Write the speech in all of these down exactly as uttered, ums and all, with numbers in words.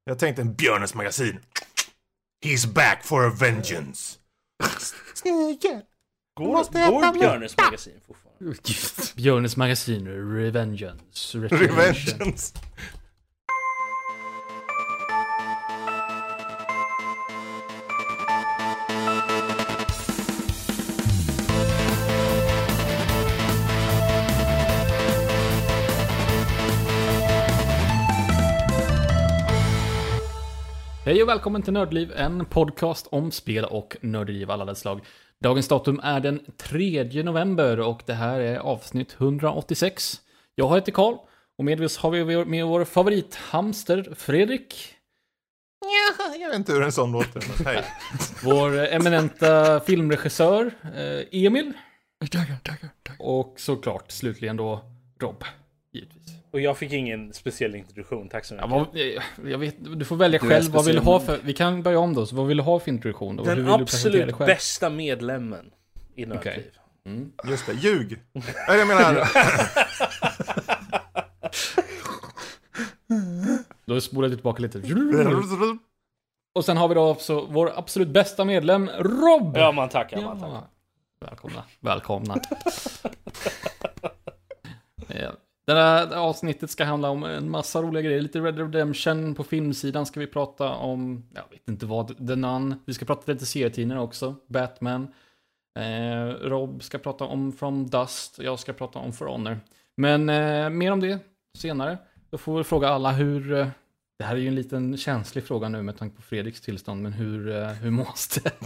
Jag tänkte en Björnes magasin. He's back for a vengeance. Snigel. Går, går Björnes magasin fortfarande? Björnes magasin, Revengeance. Revengeance. Hej och välkommen till Nördliv, en podcast om spel och nördliv alla dess slag. Dagens datum är den tredje november och det här är avsnitt hundraåttiosex. Jag heter Karl och med oss har vi med vår favorithamster Fredrik. Ja, jag vet inte hur en sån låter, men hej. Vår eminenta filmregissör eh, Emil. Tackar, tackar, tackar. Och såklart slutligen då Rob, givetvis. Och jag fick ingen speciell introduktion, tack så mycket. Ja, vad, jag vet, du får välja Du själv vad vill du ha speciell. för. Vi kan börja om då, så vad vill du ha för introduktion? Och hur Den vill du presentera dig absolut själv? bästa medlemmen i Nördliv. Okej. Mm. Just det, ljug. Nej, jag menar... Då spolar jag tillbaka lite. Och sen har vi då också vår absolut bästa medlem, Rob! Ja, man tackar, man tackar. Ja. Välkomna, välkomna. Ja. Det här avsnittet ska handla om en massa roliga grejer. Lite Red Dead Redemption. På filmsidan ska vi prata om, jag vet inte vad, The Nun. Vi ska prata lite serietidningar också. Batman. Eh, Rob ska prata om From Dust. Jag ska prata om For Honor. Men eh, mer om det senare. Då får vi fråga alla hur... Eh, det här är ju en liten känslig fråga nu med tanke på Fredriks tillstånd. Men hur, eh, hur måste det?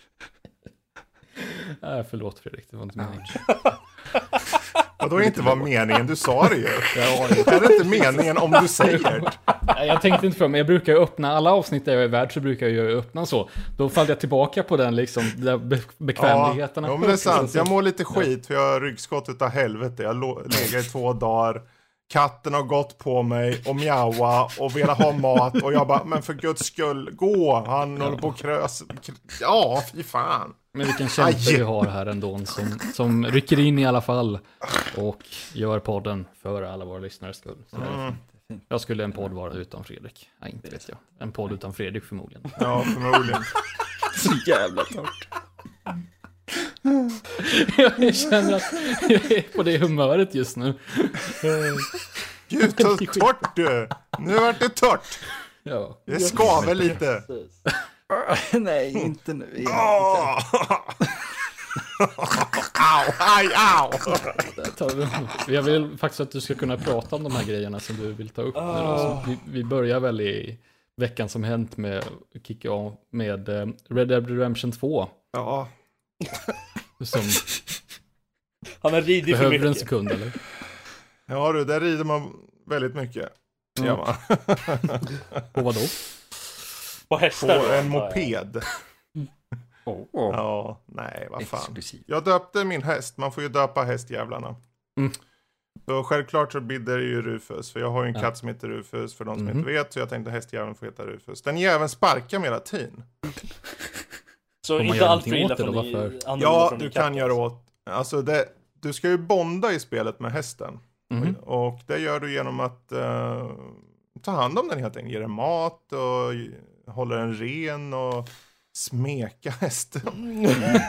äh, förlåt Fredrik, det var inte meningen. Och då inte var meningen, du sa det ju. Ja, det är inte meningen om du säger det. Nej, jag tänkte inte för men jag brukar ju öppna alla avsnitt där jag är värd så brukar jag ju öppna så. Då faller jag tillbaka på den liksom, där be- bekvämligheten. Ja, ja, men det är sant. Jag mår lite skit för jag har ryggskott utav helvete. Jag har legat i två dagar. Katten har gått på mig och mjaua och velat ha mat. Och jag bara, men för guds skull, gå. Han håller på att krös. Ja, fy fan. Men vilken kämpe vi har här ändå som, som rycker in i alla fall och gör podden för alla våra lyssnares skull. Så Mm. jag skulle en podd vara utan Fredrik. Nej, inte vet jag. En podd utan Fredrik förmodligen. Ja, förmodligen. Så jävla torrt. Jag känner att jag är på det humöret just nu. Gud, så torrt du. Nu vart det torrt. Ja. Det skaver lite. Precis. Nej, inte nu igen. Åh! Au, aj, au. Där tar vi. Jag vill faktiskt att du ska kunna prata om de här grejerna som du vill ta upp. Nu då. Så vi, vi börjar väl i veckan som hänt med kicka av med eh, Red Dead Redemption två. Ja, Som Han har ridit för behöver en mycket. sekund eller? ja du, där rider man väldigt mycket. Mm. Ja, man. Och vad då? På På hästar. då, en antar jag. moped. Oh. Ja, nej, vad fan. Exklusivt. Jag döpte min häst. Man får ju döpa hästjävlarna. Mm. Så självklart så blir det ju Rufus. För jag har ju en Ja. katt som heter Rufus. För de som Mhm. inte vet. Så jag tänkte hästjäveln får heta Rufus. Den jäveln sparkar mig hela tiden. Så Får man inte göra allt för någonting illa åt det från då? din- Varför? annorlunda Ja, från du din kan katt, göra alltså. åt. Alltså det, du ska ju bonda i spelet med hästen. Mhm. Och det gör du genom att eh, ta hand om den helt enkelt. Ge den mat och g- hålla den ren och smeka hästen.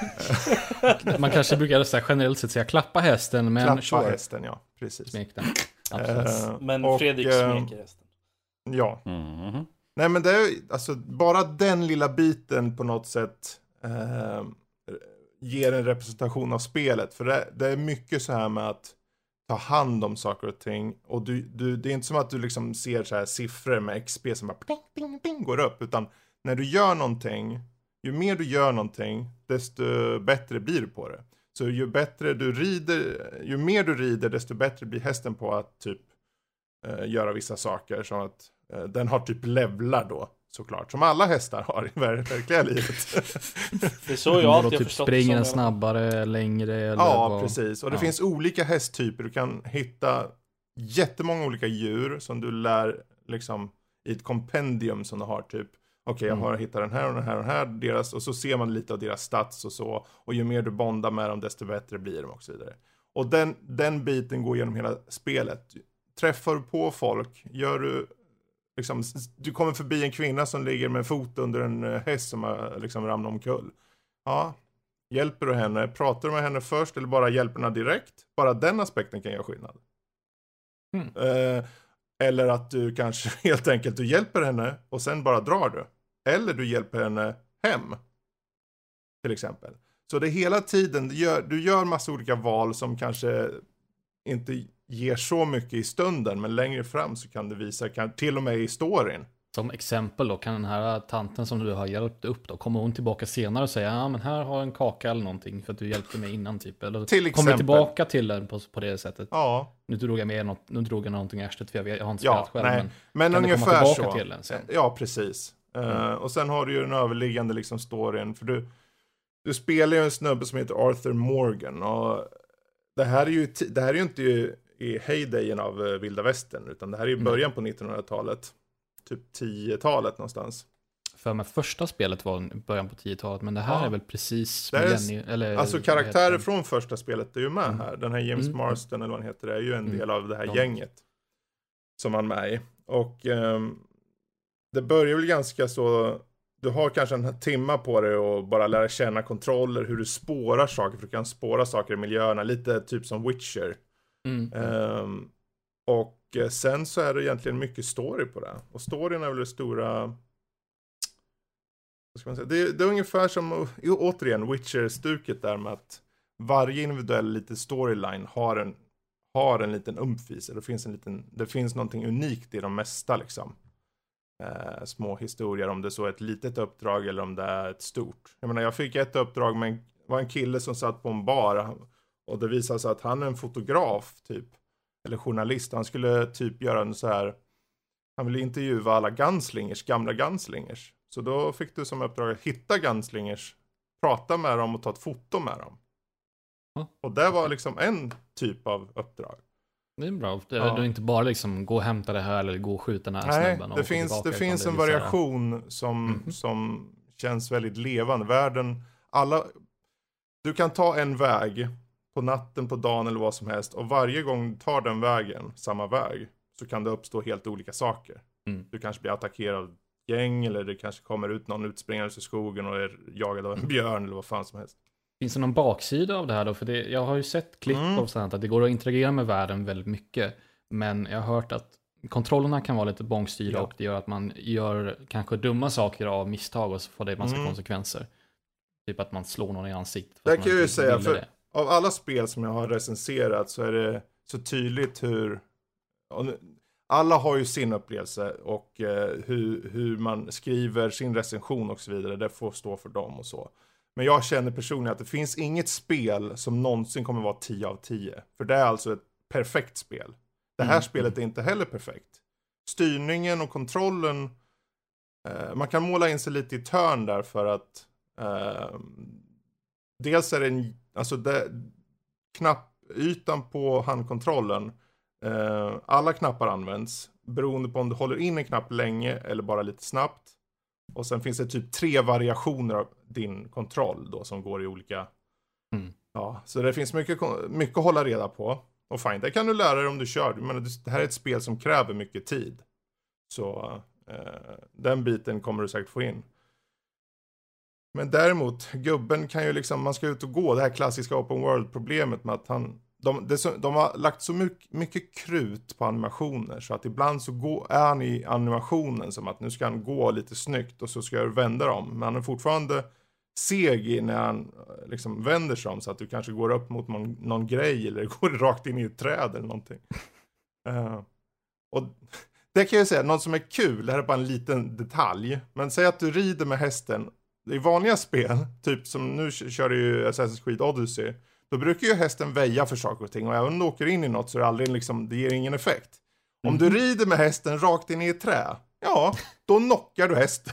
Man kanske brukar så här, generellt sett säga klappa hästen, men Klappa sure. hästen, ja. Precis. Smek den. Absolut. Eh, Men och, Fredrik eh, smeker hästen. Ja. Mhm. Nej, men det är ju- alltså bara den lilla biten på något sätt eh, ger en representation av spelet. För det, det är mycket så här med att ta hand om saker och ting. Och du, du, det är inte som att du liksom ser så här siffror med X P som bara ping, ping, ping, går upp. Utan när du gör någonting, ju mer du gör någonting, desto bättre blir du på det. Så ju bättre du rider, ju mer du rider, desto bättre blir hästen på att typ eh, göra vissa saker. Som att eh, den har typ levlar då, såklart. Som alla hästar har i ver- verkliga livet. Det är så jag Vadå, alltid har typ förstått springer det den som. snabbare, längre eller Ja, vad? precis. Och det Ja. finns olika hästtyper. Du kan hitta jättemånga olika djur som du lär liksom i ett kompendium som du har typ. Okej, okay, jag Mm. har hittat den här och den här och den här. Deras, och så ser man lite av deras stats och så. Och ju mer du bondar med dem, desto bättre blir de och så vidare. Och den, den biten går genom hela spelet. Träffar du på folk, gör du Liksom, du kommer förbi en kvinna som ligger med en fot under en häst som har liksom ramlat omkull. Ja, hjälper du henne? Pratar du med henne först eller bara hjälper henne direkt? Bara den aspekten kan göra skillnad. Mm. Eh, eller att du kanske helt enkelt du hjälper henne och sen bara drar du. Eller du hjälper henne hem. Till exempel. Så det är hela tiden, du gör, du gör massa olika val som kanske inte ger så mycket i stunden. Men längre fram så kan du visa, kan, till och med i storyn. Som exempel då, kan den här tanten som du har hjälpt upp då, kommer hon tillbaka senare och säga, ja men här har en kaka eller någonting för att du hjälpte mig innan typ. Eller Till kommer exempel. du tillbaka till den på, på det sättet? Ja. Nu drog jag med något, nu drog jag någonting i arslet för jag, vet, jag har inte Ja, spelat själv. nej. Men, Men kan ungefär du komma tillbaka så. till den sen? Ja, precis. Mm. Uh, och sen har du ju den överliggande liksom storyn. För du, du spelar ju en snubbe som heter Arthur Morgan. Och det här är ju, t- det här är ju inte ju i heydayen av uh, Vilda Västern. Utan det här är ju Mm. början på nittonhundratalet. Typ tiotalet någonstans. För mig första spelet var i början på tiotalet, men det här Ja. är väl precis Det är- millennium, eller Alltså vad karaktärer heter det? från första spelet är ju med Mm. här. Den här James Mm. Marston eller vad han heter är ju en Mm. del av det här De- gänget. Som han är med i. Och ehm, det börjar väl ganska så. Du har kanske en timma på dig och bara lära känna kontroller. Hur du spårar saker. För du kan spåra saker i miljöerna. Lite typ som Witcher. Mm. Ehm, och eh, sen så är det egentligen mycket story på det. Och storyn är väl det stora. Vad ska man säga? Det, det är ungefär som, jo, återigen, Witcher-stuket där med att varje individuell liten storyline har en, har en liten umf i sig. Det finns en liten, det finns någonting unikt i de mesta liksom. Eh, små historier, om det så är ett litet uppdrag eller om det är ett stort. Jag menar, jag fick ett uppdrag med en, var en kille som satt på en bar och det visade sig att han är en fotograf typ. Eller journalist. Han skulle typ göra en så här, han ville intervjua alla gunslingers, gamla gunslingers. Så då fick du som uppdrag att hitta gunslingers, prata med dem och ta ett foto med dem. Ja. Och det var liksom en typ av uppdrag. Det är bra. Det, Ja. det är inte bara liksom gå och hämta det här eller gå och skjuta den här Nej, snubben. och det gå finns, tillbaka, det utan finns det är en så här- variation som, Mhm. som känns väldigt levande. Världen, alla, du kan ta en väg på natten, på dagen eller vad som helst. Och varje gång du tar den vägen, samma väg, så kan det uppstå helt olika saker. Mm. Du kanske blir attackerad av gäng eller det kanske kommer ut någon utspringande i skogen och är jagad av en björn eller vad fan som helst. Finns det någon baksida av det här då? För det, jag har ju sett klipp Mm. av sånt att det går att interagera med världen väldigt mycket. Men jag har hört att kontrollerna kan vara lite bångstyrda Ja. och det gör att man gör kanske dumma saker av misstag och så får det en massa Mm. konsekvenser. Typ att man slår någon i ansiktet. fast Det man kan jag ju inte säga, ville för det. av alla spel som jag har recenserat så är det så tydligt hur, och nu- alla har ju sin upplevelse och eh, hur, hur man skriver sin recension och så vidare, det får stå för dem och så. Men jag känner personligen att det finns inget spel som någonsin kommer vara tio av tio. För det är alltså ett perfekt spel. Det här Mm. spelet är inte heller perfekt. Styrningen och kontrollen, eh, man kan måla in sig lite i törn där för att eh, dels är det en, alltså det, knappytan på handkontrollen, eh, alla knappar används beroende på om du håller in en knapp länge eller bara lite snabbt. Och sen finns det typ tre variationer av din kontroll då som går i olika. Mm. Ja, så det finns mycket, mycket att hålla reda på. Och fine, det kan du lära dig om du kör. Men det här är ett spel som kräver mycket tid. Så eh, den biten kommer du säkert få in. Men däremot, gubben kan ju liksom, man ska ut och gå. Det här klassiska open world-problemet med att han, de, det så, de har lagt så mycket, mycket krut på animationer. Så att ibland så går, är han i animationen som att nu ska han gå lite snyggt och så ska jag vända dem. Men han är fortfarande seg i när han liksom vänder sig om så att du kanske går upp mot någon, någon grej eller går rakt in i ett träd eller någonting. Uh, och det kan jag säga, något som är kul, det här är bara en liten detalj. Men säg att du rider med hästen i vanliga spel, typ som nu kör du ju Assassin's Creed Odyssey. Då brukar ju hästen väja för saker och ting. Och även om du åker in i något så är det aldrig liksom, det ger ingen effekt. Om Mm. du rider med hästen rakt in i ett trä, ja, då knockar du hästen.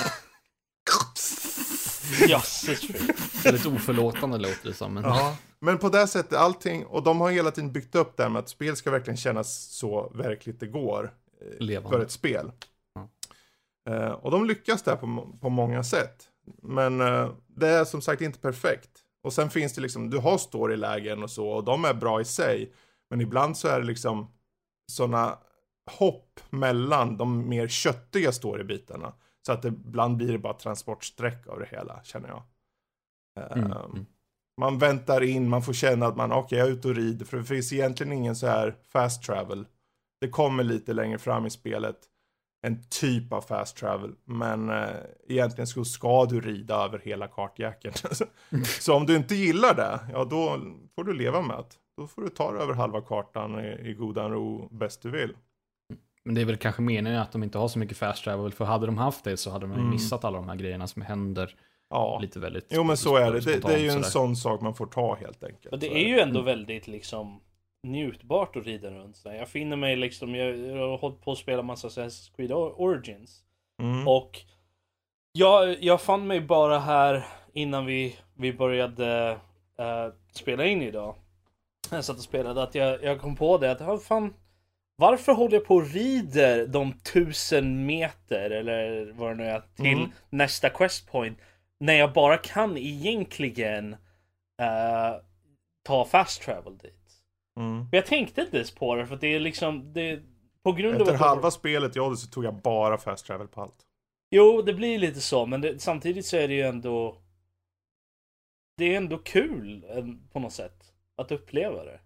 Jösses. Det är lite oförlåtande låter det som. Men... Ja, men på det sättet allting, och de har hela tiden byggt upp det här med att spel ska verkligen kännas så verkligt det går eh, Levande. för ett spel. Ja. Eh, och de lyckas där på, på många sätt. Men eh, det är som sagt inte perfekt. Och sen finns det liksom, du har storylägen och så, och de är bra i sig. Men ibland så är det liksom sådana hopp mellan de mer köttiga storybitarna. Så att det, ibland blir det bara transportsträck av det hela, känner jag. Mm. Um, Mm. Man väntar in, man får känna att man, okej, okay, jag är ute och rider. För det finns egentligen ingen så här fast travel. Det kommer lite längre fram i spelet. En typ av fast travel. Men eh, egentligen så ska du rida över hela kartjäkeln. Så om du inte gillar det, ja då får du leva med det. Då får du ta det över halva kartan i, i godan ro bäst du vill. Men det är väl kanske meningen att de inte har så mycket fast travel. För hade de haft det så hade de ju Mm. missat alla de här grejerna som händer. Ja, Lite väldigt jo men så är det. Det, det är ju en sådär. sån sak man får ta helt enkelt. Men det Så är ju ändå väldigt liksom njutbart att rida runt. Så jag finner mig liksom, jag, jag har hållit på att spela massa Assassin's Creed Origins. Mm. Och jag, jag fann mig bara här innan vi, vi började uh, spela in idag. Jag satt och spelade att jag, jag kom på det att ah, fan, varför håller jag på och rider de tusen meter eller vad det nu är till Mm. nästa quest point när jag bara kan egentligen uh, ta fast travel dit. Mm. Men jag tänkte inte ens på det för att det är liksom det, på grund Efter av att halva spelet jag så tog jag bara fast travel på allt. Jo, det blir lite så, men det, samtidigt så är det ju ändå det är ändå kul eh, på något sätt att uppleva det.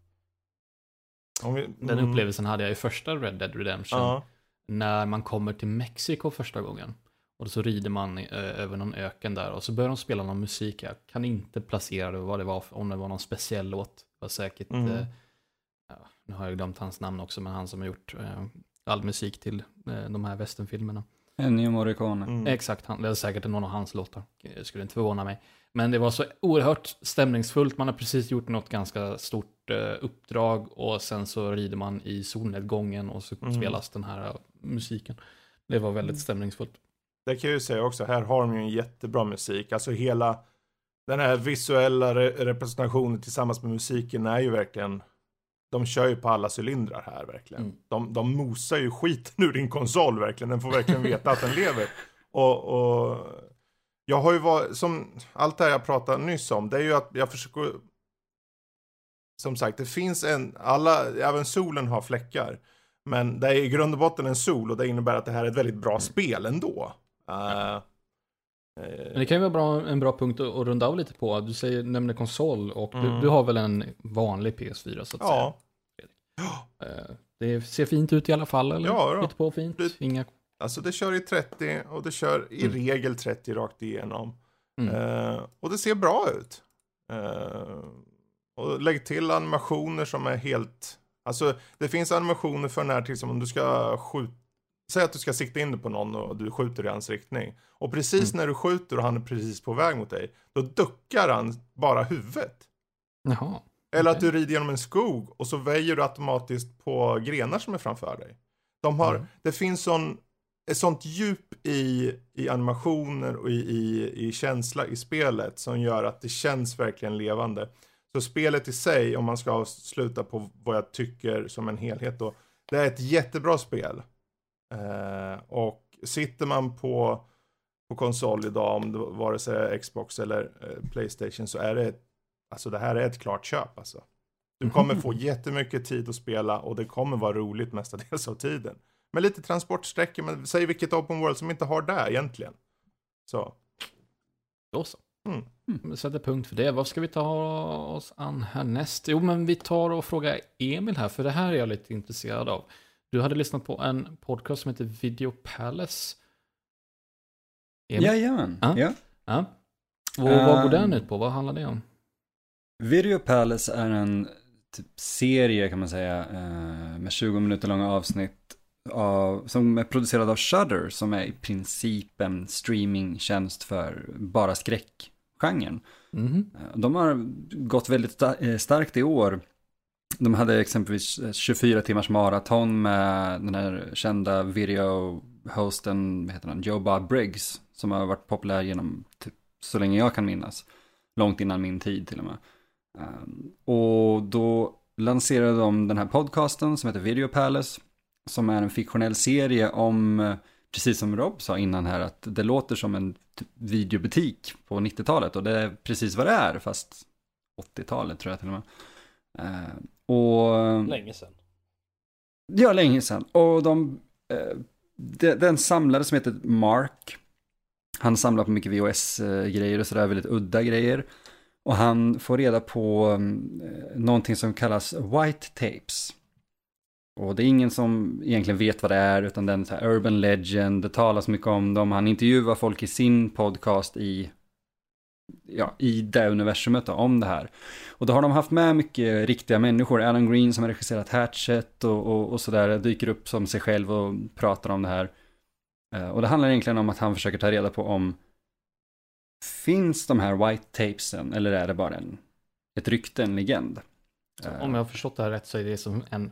Om vi, Den mm. upplevelsen hade jag i första Red Dead Redemption. Ja. När man kommer till Mexiko första gången. Och så rider man eh, över någon öken där. Och så börjar de spela någon musik. Jag kan inte placera det, vad det var, om det var någon speciell låt. Det var säkert, Mm. eh, ja, nu har jag glömt hans namn också, men han som har gjort eh, all musik till eh, de här westernfilmerna. Ennio Morricone. Mm. Exakt, han, det är säkert någon av hans låtar. Det skulle inte förvåna mig. Men det var så oerhört stämningsfullt. Man har precis gjort något ganska stort eh, uppdrag. Och sen så rider man i solnedgången. Och så Mm. spelas den här uh, musiken. Det var väldigt stämningsfullt. Det kan jag ju säga också, här har de ju en jättebra musik. Alltså hela den här visuella re- representationen tillsammans med musiken är ju verkligen, de kör ju på alla cylindrar här verkligen. Mm. De, de mosar ju skiten ur din konsol verkligen, den får verkligen veta att den lever. Och, och jag har ju varit, som allt det här jag pratade nyss om, det är ju att jag försöker, som sagt, det finns en, alla, även solen har fläckar. Men det är i grund och botten en sol och det innebär att det här är ett väldigt bra spel ändå. Uh, Men det kan ju vara bra, en bra punkt att, att runda av lite på. Du säger, nämner konsol och Mm. du, du har väl en vanlig P S fyra så att ja. säga. Eh, Det ser fint ut i alla fall, eller? Ja, då. Lite på fint. Det- Inga... Alltså det kör i trettio och det kör i Mm. regel trettio rakt igenom. Mm. Uh, och det ser bra ut. Uh, och lägg till animationer som är helt... Alltså det finns animationer för när till som om du ska skjuta... Säg att du ska sikta in på någon och du skjuter i hans riktning. Och precis Mm. när du skjuter och han är precis på väg mot dig, då duckar han bara huvudet. Jaha. Eller Okej. att du rider genom en skog och så väjer du automatiskt på grenar som är framför dig. De har, Mm. det finns sån, ett sånt djup i, i animationer och i, i, i känsla i spelet som gör att det känns verkligen levande. Så spelet i sig, om man ska sluta på vad jag tycker som en helhet då, det är ett jättebra spel. Eh, och sitter man på, på konsol idag, om det vare sig är Xbox eller eh, PlayStation, så är det ett, alltså det här är ett klart köp alltså. Du kommer få jättemycket tid att spela och det kommer vara roligt mestadels av tiden. Men lite transportsträckor, men säg vilket open world som inte har det egentligen. Så. Då så. Mm. Mm. Sätter punkt för det. Vad ska vi ta oss an härnäst? Jo, men vi tar och frågar Emil här, för det här är jag lite intresserad av. Du hade lyssnat på en podcast som heter Video Palace. Emil? Jajamän. Ja. Ja. Ja. Och vad går Um, den ut på? Vad handlar det om? Video Palace är en typ serie kan man säga eh, med tjugo minuter långa avsnitt av, som är producerad av Shudder, som är i princip en streamingtjänst för bara skräckgenren. Mhm. Eh, De har gått väldigt sta- eh, starkt i år. De hade exempelvis tjugofyra timmars maraton med den här kända video-hosten, vad heter han, Joe Bob Briggs, som har varit populär genom typ så länge jag kan minnas. Långt innan min tid till och med. Um, och då lanserade de den här podcasten som heter Video Palace, som är en fiktionell serie om, eh, precis som Rob sa innan här, att det låter som en typ videobutik på nittiotalet, och det är precis vad det är, fast åttiotalet tror jag till och med. Uh, och Länge sedan. Ja, länge sedan. Och de, eh, de, den samlare som heter Mark, han samlar på mycket V H S-grejer och sådär, väldigt udda grejer. Och han får reda på eh, någonting som kallas white tapes. Och det är ingen som egentligen vet vad det är, utan den så här urban legend, det talas mycket om dem. Han intervjuar folk i sin podcast i, ja, i det universumet då, om det här. Och då har de haft med mycket riktiga människor. Alan Green som har regisserat Hatchet och, och, och sådär dyker upp som sig själv och pratar om det här. Uh, och det handlar egentligen om att han försöker ta reda på om finns de här white tapesen eller är det bara en, ett rykte, en legend? Uh, om jag har förstått det här rätt så är det som en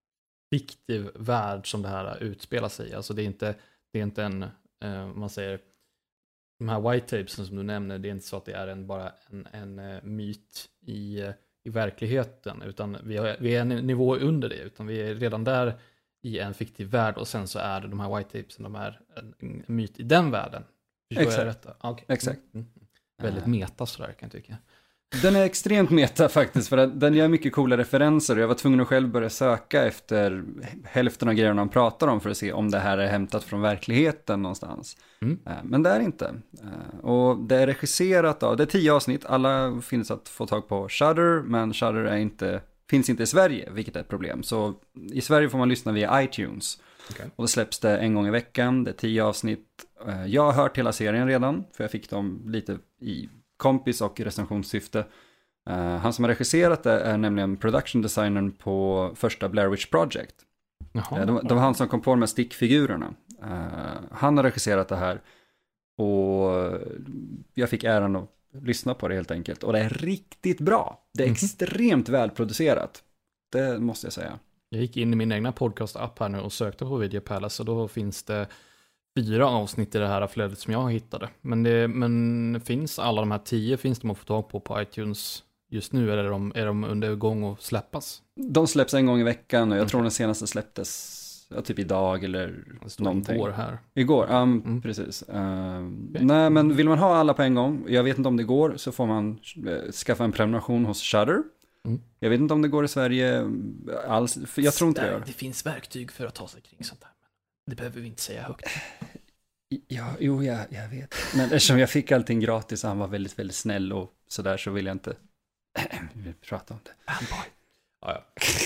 fiktiv värld som det här utspelar sig i. Alltså det är inte, det är inte en, uh, man säger, de här white tapesen som du nämner, det är inte så att det är en, bara en, en uh, myt i, uh, i verkligheten, utan vi, har, vi är en nivå under det, utan vi är redan där i en fiktiv värld och sen så är det de här white tapesen, de är en, en myt i den världen. Förstår jag rätt? Okay. Exakt. Mm. Mm. Väldigt meta sådär kan jag tycka. Den är extremt meta faktiskt, för att den gör mycket coola referenser. Jag var tvungen att själv börja söka efter hälften av grejerna han pratar om för att se om det här är hämtat från verkligheten någonstans. Mm. Men det är inte. Och det är regisserat av, det är tio avsnitt, alla finns att få tag på Shudder, men Shudder är inte, finns inte i Sverige, vilket är ett problem. Så i Sverige får man lyssna via iTunes. Okay. Och det släpps det en gång i veckan, det är tio avsnitt. Jag har hört hela serien redan, för jag fick dem lite i kompis och recensionssyfte. Uh, han som har regisserat det är nämligen production designern på första Blair Witch Project. Jaha, uh, det, var, det var han som kom på de här stickfigurerna. Uh, han har regisserat det här och jag fick äran att lyssna på det helt enkelt. Och det är riktigt bra. Det är mm-hmm. extremt välproducerat. Det måste jag säga. Jag gick in i min egna podcast-app här nu och sökte på Video Palace och då finns det fyra avsnitt i det här flödet som jag hittade. Men, det, men finns alla de här tio, finns de att få tag på på iTunes just nu eller är de, är de under gång att släppas? De släpps en gång i veckan och jag mm. tror den senaste släpptes ja, typ idag eller någonting. Igår här. Igår, ja um, mm. precis. Uh, okay. Nej, men vill man ha alla på en gång, jag vet inte om det går, så får man uh, skaffa en prenumeration hos Shudder. Mm. Jag vet inte om det går i Sverige alls, för jag tror inte det gör. Det finns verktyg för att ta sig kring sånt här. Det behöver vi inte säga högt. Ja, jo, jag, jag vet. Men eftersom jag fick allting gratis och han var väldigt, väldigt snäll och sådär så vill jag inte prata om det. Ja, ja.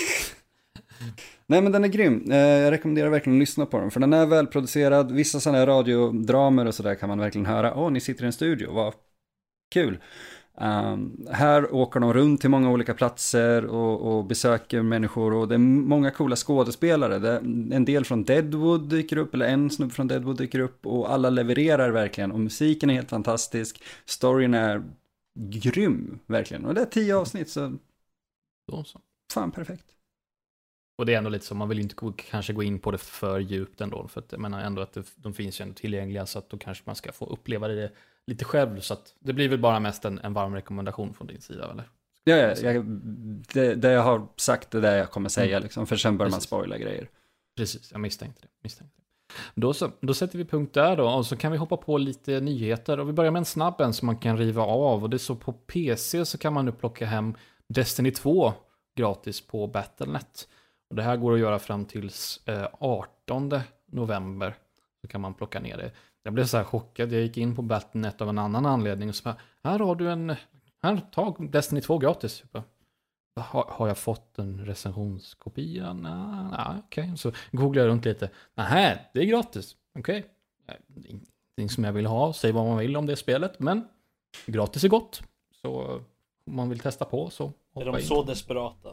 Nej, men den är grym. Jag rekommenderar verkligen att lyssna på den. För den är välproducerad. Vissa sådana här radiodramer och sådär kan man verkligen höra. Åh, ni sitter i en studio. Vad kul. Um, här åker de runt till många olika platser och, och besöker människor och det är många coola skådespelare. Det, en del från Deadwood dyker upp, eller en snubb från Deadwood dyker upp och alla levererar verkligen och musiken är helt fantastisk. Storyn är grym, verkligen. Och det är tio avsnitt så, så. Fan, perfekt. Och det är ändå lite så, man vill inte gå, kanske gå in på det för djupt ändå, för att jag menar ändå att det, de finns ju ändå tillgängliga så att då kanske man ska få uppleva det lite själv, så att det blir väl bara mest en, en varm rekommendation från din sida, eller? Ja, ja jag, det, det jag har sagt är det jag kommer säga, mm. liksom, för sen börjar man spoila grejer. Precis, jag misstänkte det. Misstänkte det. Då, så, då sätter vi punkt där då, och så kan vi hoppa på lite nyheter, och vi börjar med en snabb en som man kan riva av, och det är så på P C så kan man nu plocka hem Destiny två gratis på Battle dot net. Och det här går att göra fram till eh, artonde november. Så kan man plocka ner det. Jag blev så här chockad. Jag gick in på Battle dot net av en annan anledning. Och så bara, här har du en... Här, ta Destiny två gratis. Har, har jag fått en recensionskopia? Nej, nah, okej. Okay. Så googlar jag runt lite. Nej, det är gratis. Okej. Okay. Ingenting som jag vill ha. Säg vad man vill om det spelet. Men gratis är gott. Så om man vill testa på så... Är de in. Så desperata?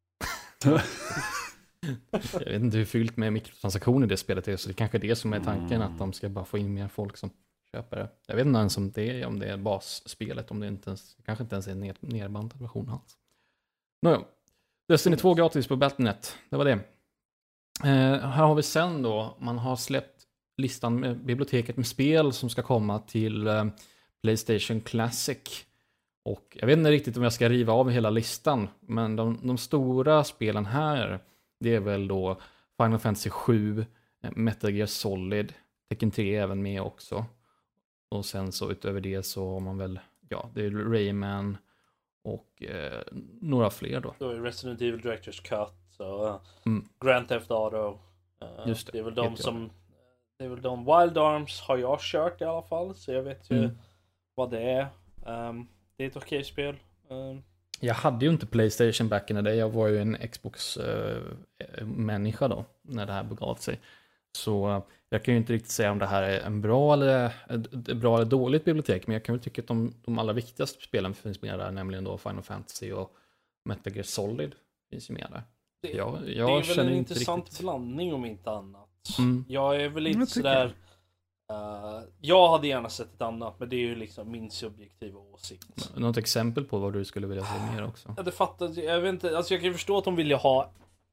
Jag vet inte hur fyllt med mikrotransaktioner det spelet är, så det kanske är det som är tanken, att de ska bara få in mer folk som köper det. Jag vet inte ens om det är, om det är basspelet, om det inte ens, kanske inte ens är en ner, nerbandad version alls. Nåja, Destiny två gratis på Battle dot net, det var det. Eh, här har vi sen då, man har släppt listan med biblioteket med spel som ska komma till eh, PlayStation Classic. Och jag vet inte riktigt om jag ska riva av hela listan, men de, de stora spelen här, det är väl då Final Fantasy sju, Metal Gear Solid, Tekken tre är även med också. Och sen så utöver det så har man väl, ja, det är Rayman och eh, några fler då. Då är Resident Evil Director's Cut. Så uh, Mm. Grand Theft Auto. Uh, Just det, det är väl de helt som... Det är väl de. Wild Arms har jag kört i alla fall. Så jag vet ju Mm. vad det är. Um, det är ett okej spel. Um, Jag hade ju inte PlayStation back in the day. Jag var ju en Xbox-människa då, när det här begav sig. Så uh, jag kan ju inte riktigt säga om det här är en bra eller, ett bra eller dåligt bibliotek. Men jag kan väl tycka att de, de allra viktigaste spelen finns med där. Nämligen då Final Fantasy och Metal Gear Solid finns ju med där. det, Jag, det jag är väl känner en inte intressant riktigt... blandning om inte annat. Mm. Jag är väl inte Jag tycker sådär... Uh, jag hade gärna sett ett annat, men det är ju liksom min subjektiva åsikt. Något exempel på vad du skulle vilja se mer också? Ja, det fattar jag vet inte. Alltså jag kan ju förstå att de vill ju ha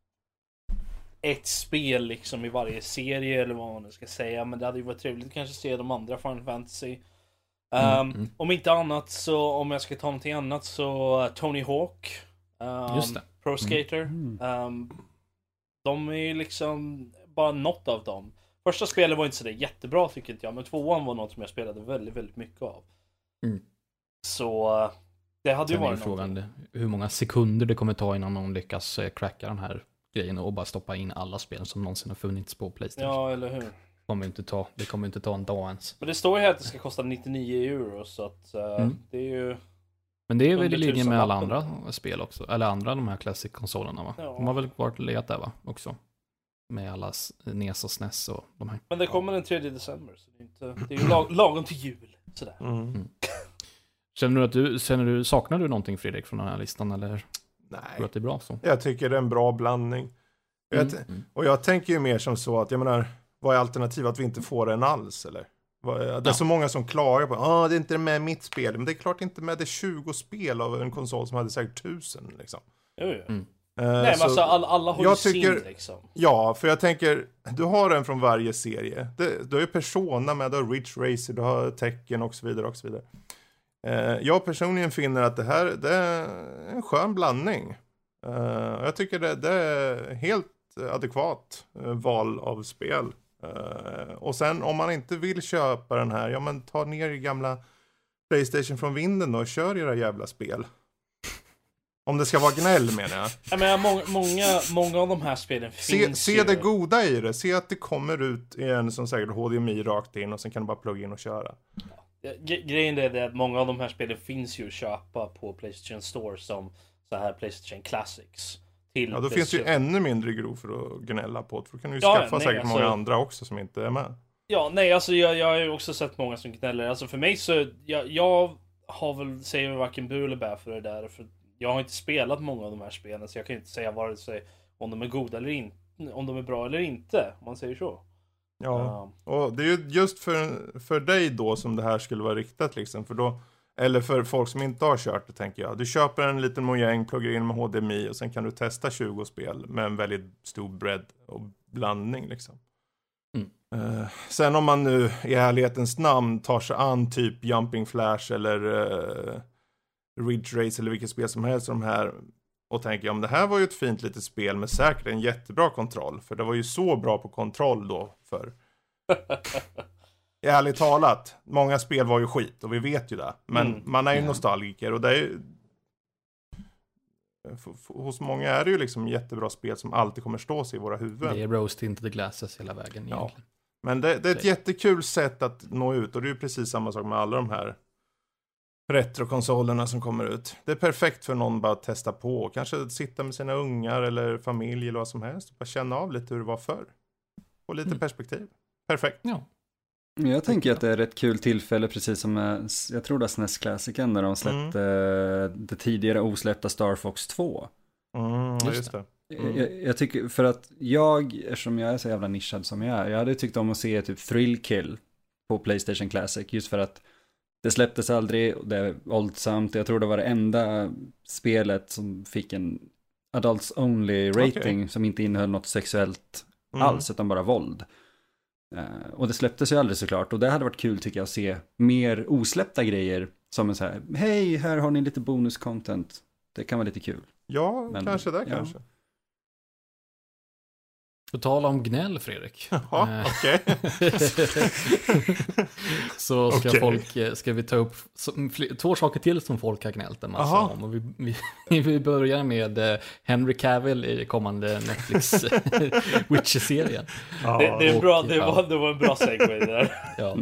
ett spel liksom i varje serie eller vad man nu ska säga. Men det hade ju varit trevligt att kanske se de andra Final Fantasy. Um, Mm, mm. Om inte annat så, om jag ska ta någonting annat så uh, Tony Hawk. Um, Just det. Pro Skater. Mm. Um, de är ju liksom bara något av dem. Första spelet var inte så där jättebra tycker inte jag. Men tvåan var något som jag spelade väldigt, väldigt mycket av. Mm. Så uh, det hade ju Sen är ju varit frågan någonting. hur många sekunder det kommer ta innan någon lyckas eh, cracka den här grejen och bara stoppa in alla spel som någonsin har funnits på PlayStation. Ja, eller hur? Det kommer inte ta, det kommer inte ta en dag ens. Men det står ju här att det ska kosta nittionio euro så att uh, Mm. det är ju... Men det är väl Under i linje med alla tusenlappen. andra spel också. Eller andra de här Classic-konsolerna va? Ja. De har väl varit legat där va? Också. Med alla s- N E S och S N E S och de här. Men det kommer den tredje december så det är, inte... det är ju lag... lagom till jul. Sådär. Mm. Känner du att du, känner du, saknar du någonting Fredrik från den här listan eller tror du Nej, att det är bra så? jag tycker det är en bra blandning. Jag Mm. t- Mm. Och jag tänker ju mer som så att, jag menar, vad är alternativet att vi inte får en alls eller? Vad är- Det är Ja. så många som klagar på, ah det är inte med mitt spel, men det är klart inte med det tjugo spel av en konsol som hade säkert tusen liksom. Jo, jo. Mm. Eh, Nej men så- alltså alla, alla har jag ju tycker- sin liksom. Ja, för jag tänker, du har en från varje serie. Det, du har ju Persona med, du har Ridge Racer, du har Tekken och så vidare och så vidare. Eh, jag personligen finner att det här, det är en skön blandning. Eh, jag tycker det, det är helt adekvat eh, val av spel. Eh, och sen om man inte vill köpa den här, ja men ta ner i gamla PlayStation från vinden då och kör era jävla spel. Om det ska vara gnäll menar jag. Jag menar, många, många, många av de här spelen Se, finns se ju. det goda i det. Se att det kommer ut i en som säkert H D M I rakt in och sen kan du bara plugga in och köra. Ge- Grejen är det att många av de här spelen finns ju att köpa på PlayStation Store som så här PlayStation Classics. Till Ja, då finns det ju PlayStation. ännu mindre grov för att gnälla på. För då kan du ju Ja, skaffa nej, säkert alltså- många andra också som inte är med. Ja, nej alltså jag, jag har ju också sett många som gnäller. Alltså för mig så, jag, jag har väl, säger väl varken bu eller bä för det där. För jag har inte spelat många av de här spelen så jag kan inte säga vare sig om de är goda eller inte, om de är bra eller inte, om man säger så. Ja, och det är ju just för, för dig då som det här skulle vara riktat liksom. För då, eller för folk som inte har kört det tänker jag. Du köper en liten mojäng, pluggar in med H D M I och sen kan du testa tjugo spel med en väldigt stor bredd och blandning liksom. Mm. Eh, sen om man nu i ärlighetens namn tar sig an typ Jumping Flash eller uh, Ridge Race eller vilket spel som helst de här och tänker ja men det här var ju ett fint litet spel med säkert en jättebra kontroll för det var ju så bra på kontroll då för ärligt talat, många spel var ju skit och vi vet ju det. Men Mm. man är ju Ja. nostalgiker och det är ju f- f- hos många är det ju liksom jättebra spel som alltid kommer stå sig i våra huvuden. Det är roast into the glasses hela vägen Ja. egentligen. Men det, det är ett Det- jättekul sätt att nå ut och det är ju precis samma sak med alla de här retrokonsolerna som kommer ut. Det är perfekt för någon bara att testa på och kanske sitta med sina ungar eller familj eller vad som helst och bara känna av lite hur det var förr. Och lite Mm. perspektiv. Perfekt. Ja. Jag tänker att det är ett rätt kul tillfälle, precis som med, jag tror det är S N E S-klassiken när de släppte eh, det tidigare osläppta Star Fox två. Mm, ja, Just just det. Mm. Jag, jag tycker, för att jag, eftersom jag är så jävla nischad som jag är, jag hade tyckt om att se typ Thrill Kill på PlayStation Classic, just för att det släpptes aldrig, och det är våldsamt, jag tror det var det enda spelet som fick en Adults Only rating Okej. som inte innehöll något sexuellt Mm. alls, utan bara våld. Uh, och det släpptes ju aldrig såklart, och det hade varit kul tycker jag att se mer osläppta grejer som en så här, hej, här har ni lite bonus-content. Det kan vara lite kul. Ja, Men, kanske det ja. kanske. På tal om gnäll, Fredrik. Ja, okej. Så ska, Okej. folk, ska vi ta upp så- fl- två saker till som folk har gnällt en massa Aha. om. Och vi, vi, vi börjar med eh, Henry Cavill i kommande Netflix Witcher-serien. Ja, Det, det, är och- bra, det, ja. var, det var en bra segway där. Ja.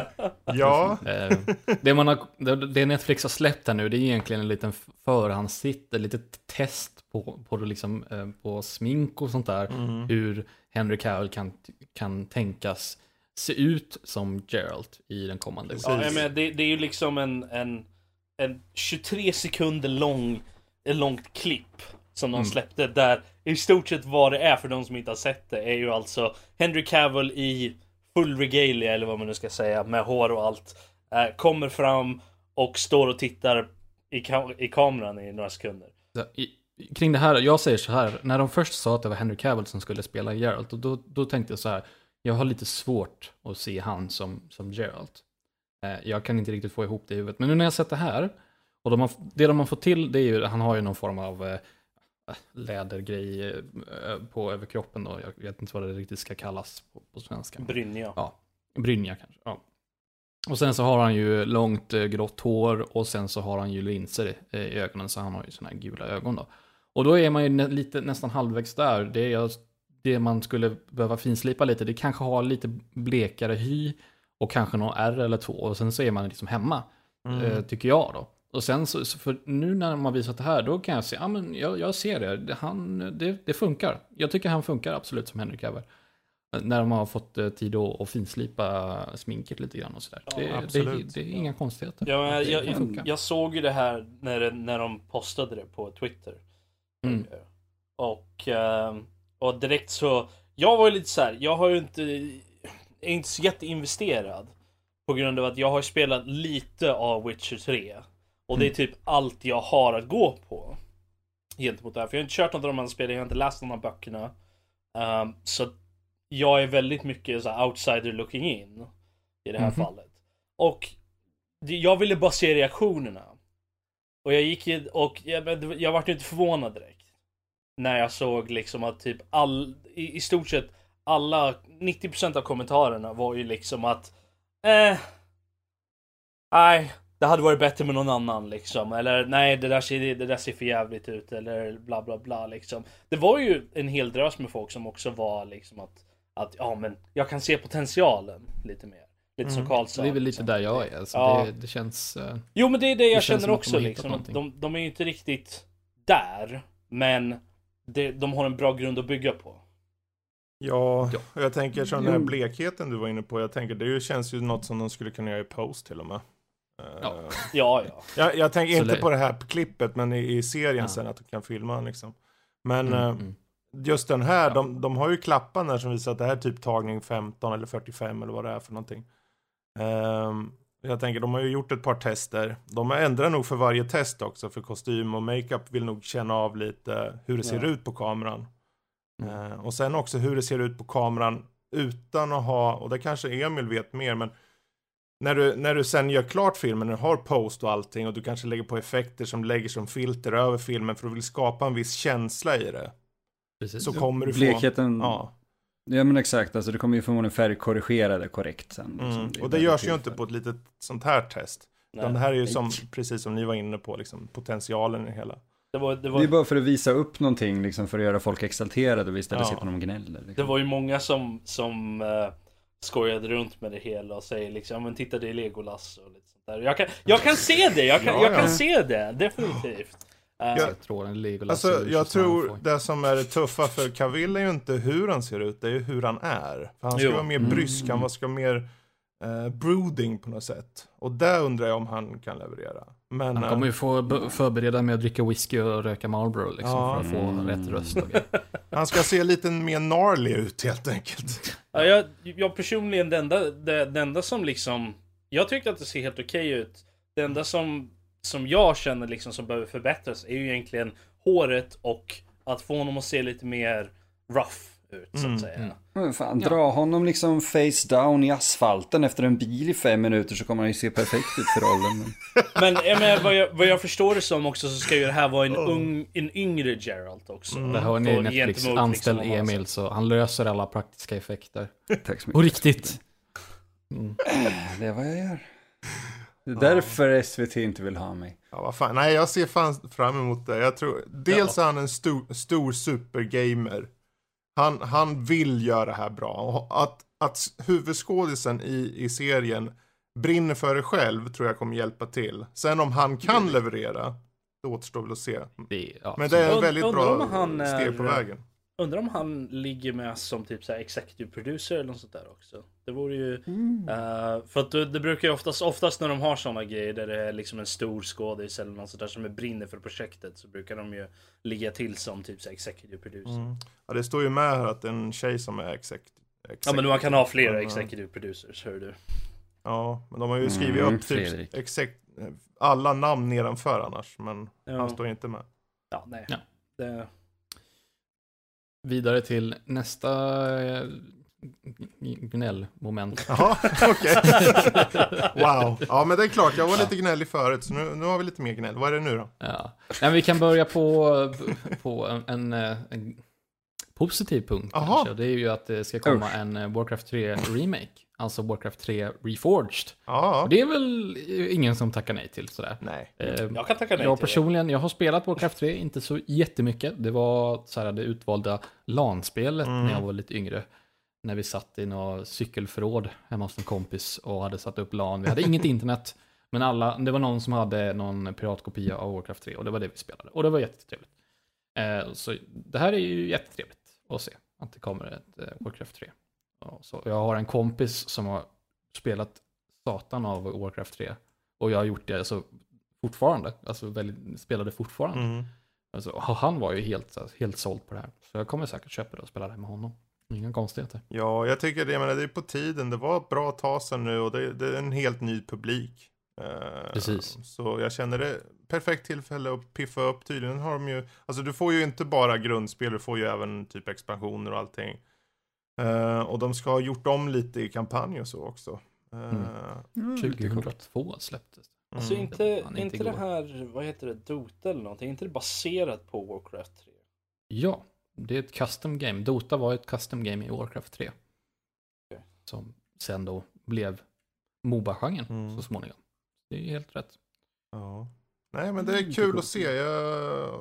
ja. Eh, det, man har, det, det Netflix har släppt här nu, det är egentligen en liten förhandssitt, ett litet test på, på, det liksom, eh, på smink och sånt där. Mm. Hur Henry Cavill kan, kan tänkas se ut som Geralt i den kommande. Precis. Ja, jag menar, det, det är ju liksom en, en, en tjugotre sekunder lång, ett långt klipp som de Mm. släppte där i stort sett vad det är för de som inte har sett det är ju alltså Henry Cavill i full regalia eller vad man nu ska säga med hår och allt eh, kommer fram och står och tittar i, ka- i kameran i några sekunder. Så, i, kring det här, jag säger så här, när de först sa att det var Henry Cavill som skulle spela Geralt, och då, då tänkte jag så här, jag har lite svårt att se han som, som Geralt. Eh, jag kan inte riktigt få ihop det i huvudet. Men nu när jag sett det här, och de har, det de har fått till, det är ju, han har ju någon form av eh, lädergrej eh, på överkroppen då, jag vet inte vad det riktigt ska kallas på, på svenska. Brynja. Ja, brynja kanske. Ja. Och sen så har han ju långt eh, grått hår och sen så har han ju linser i, i ögonen, så han har ju såna här gula ögon då. Och då är man ju nä- lite, nästan halvvägs där. Det, är, det man skulle behöva finslipa lite, det kanske har lite blekare hy och kanske någon R eller två, och sen så är man liksom hemma, Mm. eh, tycker jag då. Och sen så, så för nu när man har visat det här, då kan jag se, ja men jag, jag ser det. Det, han, det, det funkar. Jag tycker han funkar absolut som Henry Cavill. När de har fått eh, tid att, att finslipa sminket lite grann och sådär. Ja, det, det, absolut. det är inga konstigheter. Ja, men det, jag, det jag, funkar. jag såg ju det här när, det- när de postade det på Twitter. Mm. Och, eh, och direkt så, jag var ju lite så här, jag har ju inte, är inte så jätteinvesterad. På grund av att jag har spelat lite av Witcher tre. Och det är typ allt jag har att gå på. Gentemot det här. För jag har inte kört något av de andra spelen, jag har inte läst de här böckerna. Um, så jag är väldigt mycket så här outsider looking in. I det här Mhm. fallet. Och det- jag ville bara se reaktionerna. Och jag gick i, och jag, men det- jag var inte förvånad direkt. När jag såg liksom att typ all, i, i stort sett alla, nittio procent av kommentarerna var ju liksom att eh, nej, det hade varit bättre med någon annan liksom. Eller nej, det där ser, det där ser för jävligt ut. Eller bla bla bla liksom. Det var ju en hel drös med folk som också var liksom att, att ja men jag kan se potentialen lite mer. Lite som Mm. Carl sa. Det är väl lite liksom. där jag är. Alltså, Ja. det, det känns... eh, Jo men det är det jag Det känns känner som att också de har hittat liksom. någonting. De, de är ju inte riktigt där. Men det, de har en bra grund att bygga på. Ja, Ja. och jag tänker som den här Jo. blekheten du var inne på. Jag tänker det ju- känns ju något som de skulle kunna göra i post till och med. Eh, Ja. Ja, ja. jag, jag tänker Så inte lä- på det här klippet, men i, i serien Ja. sen att de kan filma liksom. Men mm, eh, mm. just den här, Ja. de, de har ju klappan där som visar att det här är typ tagning femton eller fyrtiofem eller vad det är för någonting. Ehm, jag tänker, de har ju gjort ett par tester. De ändrar nog för varje test också, för kostym och makeup vill nog känna av lite hur det ser Ja. ut på kameran. Mm. Ehm, och sen också hur det ser ut på kameran utan att ha, och det kanske Emil vet mer, men när du, när du sen gör klart filmen, när du har post och allting, och du kanske lägger på effekter som lägger som filter över filmen för att du vill skapa en viss känsla i det, Precis. så kommer du få... Blekheten, ja. Ja. men exakt, alltså det kommer ju förmodligen färgkorrigera det korrekt sen. liksom. Mm. Det är Och det väldigt görs ju till inte för- på ett litet sånt här test. Utan Nej. det här är ju Nej. som, precis som ni var inne på, liksom, potentialen i det hela. Det var, det Det är var, bara för att visa upp någonting, liksom, för att göra folk exalterade och istället Ja. se på någon gnäller. det Liksom. var ju många som, som uh, skojade runt med det hela och säger liksom, men titta det är Legolas och lite sånt där. Jag kan, jag kan se det, jag kan, Ja, jag kan ja. se det, definitivt. Uh, Ja. Jag tror en Legolas ser Alltså, ut jag som han tror får. det som är det tuffa för Cavill är ju inte hur han ser ut, det är ju hur han är. För han ska Jo. vara mer Mm. brysk, han ska vara mer eh, brooding på något sätt. Och där undrar jag om han kan leverera. Men, Han eh, kommer ju få b- förbereda med att dricka whisky och röka Marlboro liksom, Ja. för att få Mm. rätt röst och grejer. han ska se lite mer gnarly ut helt enkelt. Ja, jag, jag personligen, det enda, det, det enda som liksom, jag tyckte att det ser helt okej ut. Det enda som, som jag känner liksom som behöver förbättras är ju egentligen håret och att få honom att se lite mer rough ut så att Mm, säga. mm. Men fan, Ja. dra honom liksom face down i asfalten efter en bil i fem minuter så kommer han ju se perfekt ut för rollen. Men... Men jag menar, vad, jag, vad jag förstår det som också så ska ju det här vara en, ung, en yngre Geralt också. Det hör ni Och Netflix, gentemot anställ liksom, om man- Emil så han löser alla praktiska effekter. Tack så På mycket. riktigt. Mm. Det är vad jag gör. Det är därför S V T inte vill ha mig. Ja, vad fan. Nej, jag ser fan fram emot det. Jag tror, dels är han en stor, stor supergamer. Han, han vill göra det här bra. Och att, att huvudskådisen i, i serien brinner för det själv tror jag kommer hjälpa till. Sen om han kan leverera, det återstår väl att se. Det, ja, Men det är en Und- väldigt undrar bra om han är- steg på vägen. Undrar om han ligger med som typ så här executive producer eller något sånt där också. Det vore ju... eh, för att det, det brukar ju oftast, oftast när de har såna grejer där det är liksom en stor skådis eller något sånt där som är brinner för projektet så brukar de ju ligga till som typ så här executive producer. Mm. Ja, det står ju med här att en tjej som är exec, exec Ja men man kan ha flera men, executive producers, hör du. Ja, men de har ju skrivit Mm, upp typ Fredrik. exec, alla namn nedanför annars. Men Ja. han står inte med. Ja, nej. Ja. Det, Vidare till nästa eh, gnällmoment. Jaha, okej. Wow. Ja, men det är klart. Jag var lite gnällig förut, så nu, nu har vi lite mer gnäll. Vad är det nu då? Ja. Nej, vi kan börja på, på en, en, en positiv punkt. Aha. Kanske. Det är ju att det ska komma en eh, Warcraft tre remake. Alltså Warcraft tre Reforged. Ja. Det är väl ingen som tackar nej till sådär. Nej. Eh, jag kan tacka nej Jag till personligen, jag har spelat Warcraft tre, inte så jättemycket. Det var så här det utvalda LAN-spelet Mm. när jag var lite yngre. När vi satt i några cykelförråd hemma hos en kompis och hade satt upp LAN. Vi hade inget internet, men alla, det var någon som hade någon piratkopia av Warcraft tre och det var det vi spelade. Och det var jättetrevligt. Eh, så det här är ju jättetrevligt att se att det kommer ett eh, Warcraft tre. Och så jag har en kompis som har spelat satan av Warcraft tre. Och jag har gjort det alltså fortfarande. Alltså väldigt, spelade fortfarande. Mm. Alltså, och han var ju helt, helt såld på det här. Så jag kommer säkert köpa det och spela det med honom. Inga konstigheter. Ja, jag tycker det, jag menar, det är på tiden. Det var ett bra tag sedan nu och det, det är en helt ny publik. Eh, Precis. Så jag känner det perfekt tillfälle att piffa upp. Tydligen har de ju, alltså du får ju inte bara grundspel, du får ju även typ expansioner och allting. Eh, och de ska ha gjort om lite i kampanj och så också. Eh, Mm. Mm, lite coolt. tjugohundratvå släpptes det. Alltså mm. inte, Fan, inte, inte det igår. här, vad heter det, Dota eller någonting, inte det baserat på Warcraft tre? Ja, det är ett custom game. Dota var ett custom game i Warcraft tre. Okej. Som sen då blev MOBA-genren Mm. så småningom. Det är ju helt rätt. Ja. Nej, men det är Mm, kul det är att se. Jag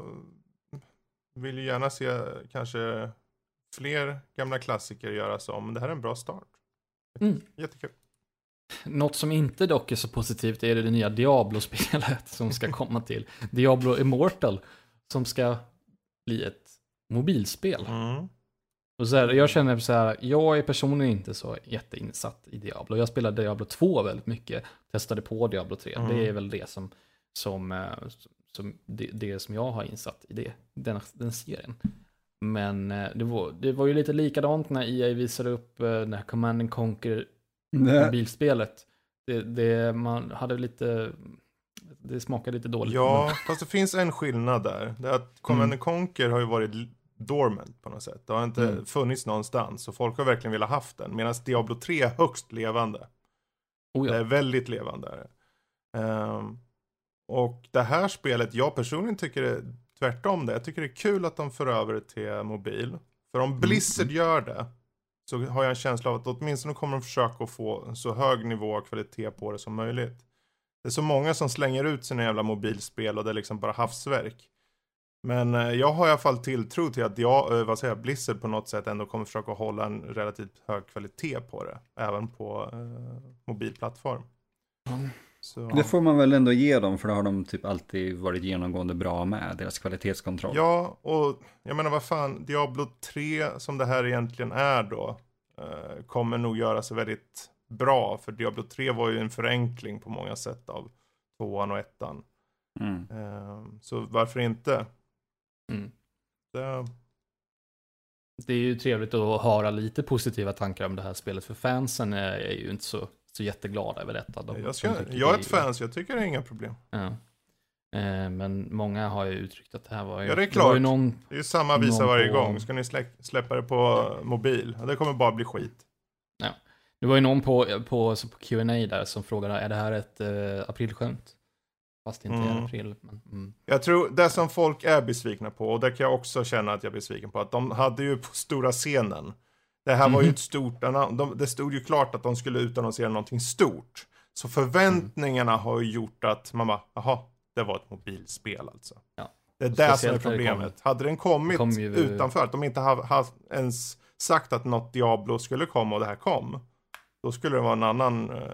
vill ju gärna se kanske fler gamla klassiker göras om. Men det här är en bra start. Mm. Jättekul. Något som inte dock är så positivt är det nya Diablo-spelet som ska komma till. Diablo Immortal som ska bli ett mobilspel. Mm. Och så här, jag känner så här, jag är personligen inte så jätteinsatt i Diablo. Jag spelade Diablo två väldigt mycket, testade på Diablo tre. Mm. Det är väl det som, som, eh, som det, det som jag har insatt i det, den, den serien. Men eh, det var, det var ju lite likadant när E A visade upp eh, den här Command and Conquer Nej. mobilspelet. Det, det, man hade lite, det smakade lite dåligt. Ja, fast det finns en skillnad där. Det är att Command Mm. and Conquer har ju varit dormant på något sätt. Det har inte Mm. funnits någonstans. Så folk har verkligen velat haft den. Medan Diablo tre är högst levande. Oh, Det ja. är väldigt levande. Um, och det här spelet, jag personligen tycker det tvärtom det. Jag tycker det är kul att de för över det till mobil. För om Blizzard Mm. gör det så har jag en känsla av att åtminstone kommer de försöka att få en så hög nivå av kvalitet på det som möjligt. Det är så många som slänger ut sina jävla mobilspel och det är liksom bara havsverk. Men eh, jag har i alla fall tilltro till att jag, eh, vad säger jag, Blizzard på något sätt ändå kommer försöka hålla en relativt hög kvalitet på det. Även på eh, mobilplattform. Mm. Så, Det får man väl ändå ge dem, för det har de typ alltid varit genomgående bra med, deras kvalitetskontroll. ja, och jag menar vad fan, Diablo tre som det här egentligen är då eh, kommer nog göra sig väldigt bra. För Diablo tre var ju en förenkling på många sätt av tvåan och ettan. Mm. Eh, så varför inte? Mm. Det, Det är ju trevligt att höra lite positiva tankar om det här spelet, för fansen är, är ju inte så, så jätteglada över detta. De, jag, ska, de tycker jag är det ett fan så jag tycker det är inga problem. Ja. Eh, men många har ju uttryckt att det här var ju... Ja, det är var klart. ju någon, Det är ju samma visa någon varje på- gång. Ska ni slä, släppa det på mobil? Det kommer bara bli skit. det var ju någon på, på, så på Q and A där som frågade, är det här ett eh, aprilskämt? Fast det inte Mm. är april. Men, mm. Jag tror det som folk är besvikna på, och det kan jag också känna att jag är besviken på, att de hade ju på stora scenen. Det här var ju Mhm. ett stort, de, det stod ju klart att de skulle utannonsera någonting stort. Så förväntningarna har ju gjort att man bara, jaha, det var ett mobilspel alltså. Ja. Det är det som är Speciellt när det problemet. Hade den kommit kom ju- utanför, att de inte har, har ens sagt att något Diablo skulle komma och det här kom, då skulle det vara en annan eh,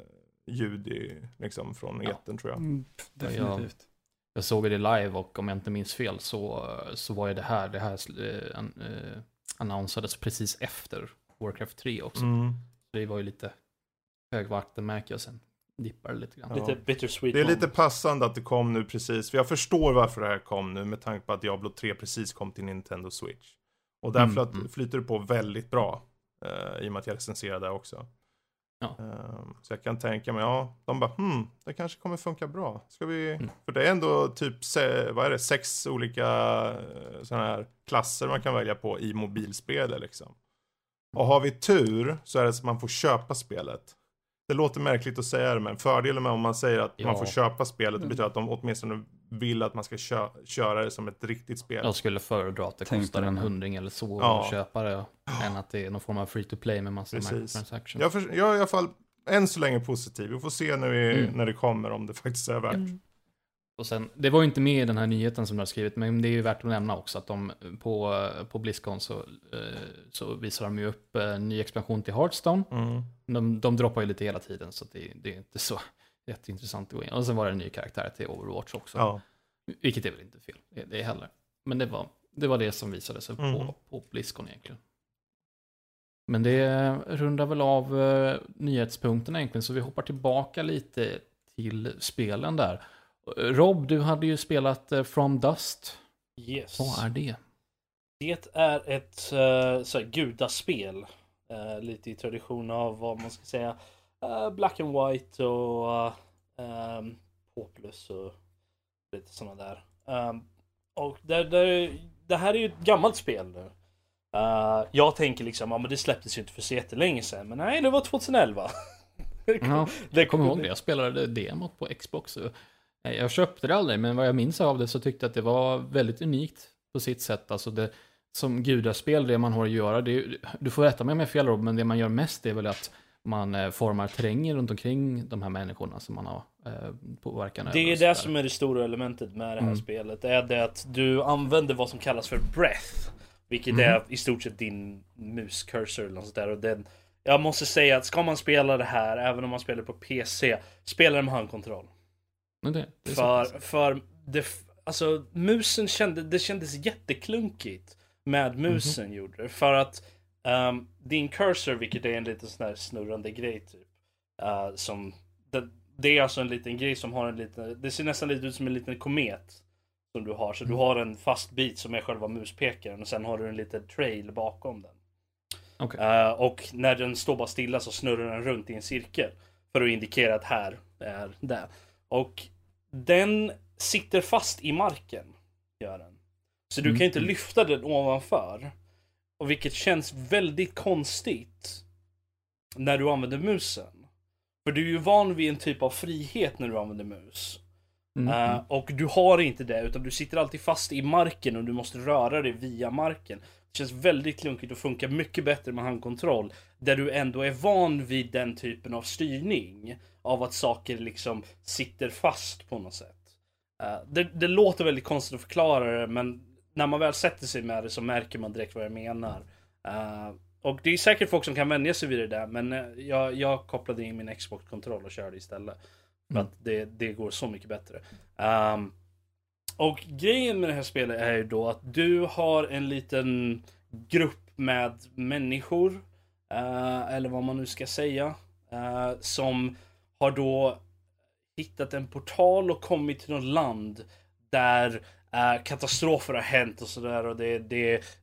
ljud i, liksom, från Ja. etern tror jag. Mm, definitivt. Jag såg det live och om jag inte minns fel så, så var ju det här, det här eh, an, eh, annonsades precis efter Warcraft tre också. Mm. Så det var ju lite högvattenmärke och sen dippar det lite grann. Ja. Lite bittersweet. Det är lite moment. passande att det kom nu precis, för jag förstår varför det här kom nu med tanke på att Diablo tre precis kom till Nintendo Switch. Och därför Mm, att mm. flyter det på väldigt bra, eh, i och med att jag recenserade det också. Ja. Um, så jag kan tänka mig, ja, de bara, hmm, det kanske kommer funka bra. Ska vi, Mm. för det är ändå typ, se, vad är det, sex olika uh, sådana här klasser man kan välja på i mobilspel liksom. Och har vi tur så är det så att man får köpa spelet. Det låter märkligt att säga det, men fördelen med om man säger att Ja. man får köpa spelet, det betyder att de åtminstone vill att man ska kö- köra det som ett riktigt spel. Jag skulle föredra att det Tänkte kostar det. en hundring eller så Ja. att köpa det, än att det är någon form av free to play med massa Precis. microtransactions. Jag, för, jag är i alla fall än så länge positiv. Vi får se när, vi, Mm. när det kommer om det faktiskt är värt. Och sen, det var ju inte med i den här nyheten som du har skrivit, men det är ju värt att nämna också att de på, på BlizzCon så, eh, så visar de ju upp en ny expansion till Hearthstone. Mm. De, de droppar ju lite hela tiden så det, det är inte så jätteintressant att gå in. Och sen var det en ny karaktär till Overwatch också. Ja. Vilket är väl inte fel, det, det heller. Men det var, det var det som visade sig Mm. på, på BlizzCon egentligen. Men det rundar väl av uh, nyhetspunkterna egentligen, så vi hoppar tillbaka lite till spelen där. Rob, du hade ju spelat uh, From Dust. Yes. Vad är det? Det är ett uh, så här, gudaspel. Uh, lite i tradition av vad man ska säga. Uh, black and white och uh, um, Populous och lite sådana där. Um, och där, där, det här är ju ett gammalt spel nu. Uh, jag tänker liksom, ja men det släpptes ju inte för så jättelänge sedan. Men nej, det var tjugoelva. Ja, det jag kommer ihåg det. Jag spelade demot på Xbox. Jag köpte det aldrig, men vad jag minns av det så tyckte jag att det var väldigt unikt på sitt sätt. Alltså det, som gudaspel, det man har att göra, det är, du får rätta mig med fel, Rob, men det man gör mest är väl att man formar terränger runt omkring de här människorna som man har eh, påverkan över. Det är och så där. det som är det stora elementet med det här Mm. spelet. Det är det att du använder vad som kallas för breath. Vilket Mhm. är i stort sett din muscursor eller något sånt där. Och den, jag måste säga att ska man spela det här, även om man spelar på P C, spela det med handkontroll. Men det, det är För, så pass. för det, alltså musen kände, det kändes jätteklunkigt med musen Mhm. gjorde det. För att um, din cursor, vilket är en liten sån här snurrande grej typ. Uh, som, det, det är alltså en liten grej som har en liten, det ser nästan lite ut som en liten komet. Som du har, så du har en fast bit som är själva muspekaren och sen har du en liten trail bakom den. Okej. Uh, och när den står bara stilla så snurrar den runt i en cirkel. För att indikera att här är det. Och den sitter fast i marken. Gör den. Så du Mm. kan inte lyfta den ovanför. Och vilket känns väldigt konstigt. När du använder musen. För du är ju van vid en typ av frihet när du använder mus. Mm. Uh, och du har inte det, utan du sitter alltid fast i marken och du måste röra dig via marken. Det känns väldigt klunkigt och funkar mycket bättre med handkontroll. Där du ändå är van vid den typen av styrning. Av att saker liksom sitter fast på något sätt. Uh, det, det låter väldigt konstigt att förklara det, men när man väl sätter sig med det så märker man direkt vad jag menar. Uh, och det är säkert folk som kan vänja sig vid det där, men uh, jag, jag kopplade in min Xbox-kontroll och körde istället. För Mm. att det, det går så mycket bättre. Um, och grejen med det här spelet är ju då att du har en liten grupp med människor. Uh, eller vad man nu ska säga. Uh, som har då hittat en portal och kommit till något land. Där uh, katastrofer har hänt och sådär. Och det, det är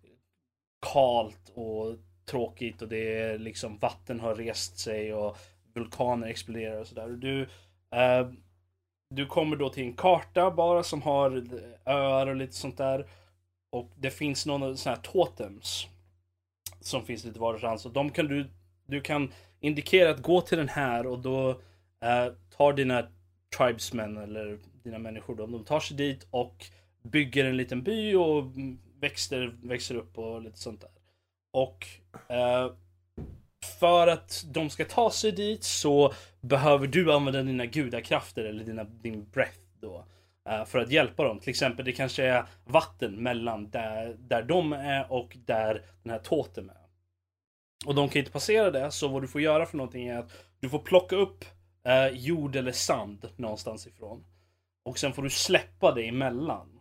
kalt och tråkigt. Och det är liksom vatten har rest sig. Och vulkaner exploderar och sådär. Och du... Uh, du kommer då till en karta bara som har öar och lite sånt där. Och det finns några sådana här totems som finns lite varstans. Och de kan du, du kan indikera att gå till den här och då eh, tar dina tribesmen eller dina människor då, de tar sig dit och bygger en liten by och växer, växer upp och lite sånt där. Och eh, för att de ska ta sig dit så behöver du använda dina gudakrafter eller dina, din breath då. Uh, för att hjälpa dem. Till exempel det kanske är vatten mellan där, där de är och där den här totem är. Och de kan inte passera det, så vad du får göra för någonting är att du får plocka upp uh, jord eller sand någonstans ifrån. Och sen får du släppa det emellan.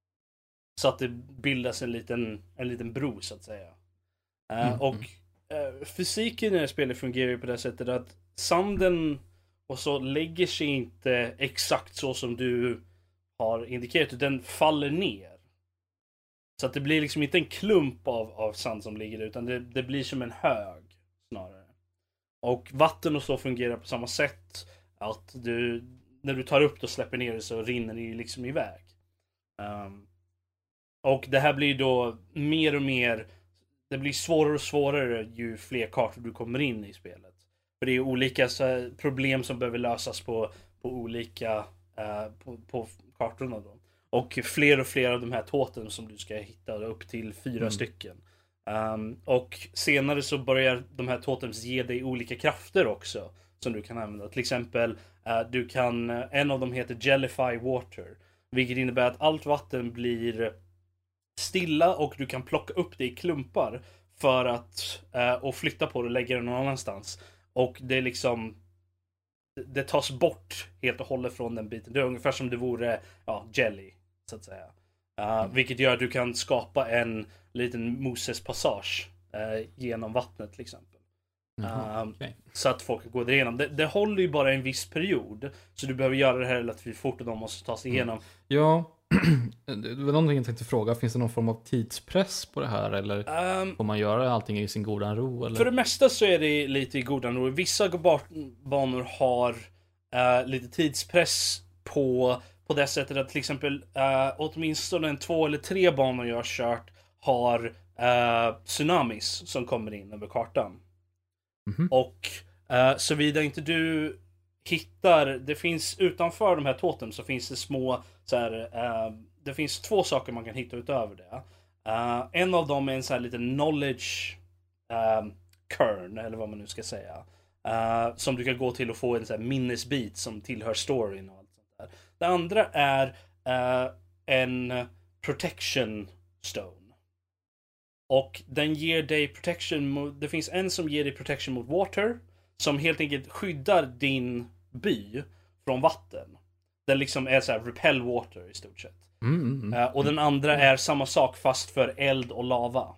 Så att det bildas en liten, en liten bro så att säga. Uh, mm. Och uh, fysiken i det här spelet fungerar ju på det sättet att sanden och så lägger sig inte exakt så som du har indikerat, den faller ner. Så att det blir liksom inte en klump av, av sand som ligger där, utan det, det blir som en hög snarare. Och vatten och så fungerar på samma sätt, att du, när du tar upp det och släpper ner det så rinner det liksom iväg. Um, och det här blir då mer och mer, det blir svårare och svårare ju fler kartor du kommer in i spelet. För det är olika så, problem som behöver lösas på, på olika uh, på, på kartorna då. Och fler och fler av de här tåten som du ska hitta, upp till fyra mm. stycken. Um, och senare så börjar de här totems ge dig olika krafter också som du kan använda. Till exempel, uh, du kan, en av dem heter Jellify Water. Vilket innebär att allt vatten blir stilla och du kan plocka upp det i klumpar för att uh, och flytta på det och lägga det någon annanstans. Och det är liksom, det tas bort helt och hållet från den biten. Det är ungefär som det vore ja, jelly, så att säga. Uh, mm. Vilket gör att du kan skapa en liten Moses passage uh, genom vattnet till exempel. Mm. Uh, okay. Så att folk går igenom. Det, det håller ju bara en viss period. Så du behöver göra det här relativt fort och de måste ta sig igenom. Mm. Ja, det var någonting jag tänkte fråga. Finns det någon form av tidspress på det här? Eller um, får man göra allting i sin godan ro? Eller? För det mesta så är det lite i godan ro. Vissa banor har uh, lite tidspress på, på det sättet att till exempel uh, åtminstone en två eller tre banor jag har kört har uh, tsunamis som kommer in över kartan. Mm-hmm. Och uh, såvida inte du hittar, det finns utanför de här totem så finns det små så här, uh, det finns två saker man kan hitta utöver det. Uh, en av dem är en så här liten knowledge uh, kern eller vad man nu ska säga. Uh, som du kan gå till och få en så här minnesbit som tillhör storyn och allt sånt där. Det andra är uh, en protection stone. Och den ger dig protection mot, det finns en som ger dig protection mot water som helt enkelt skyddar din by från vatten. Den liksom är så här repel water i stort sett. Mm, mm, mm. Uh, och den andra är samma sak fast för eld och lava.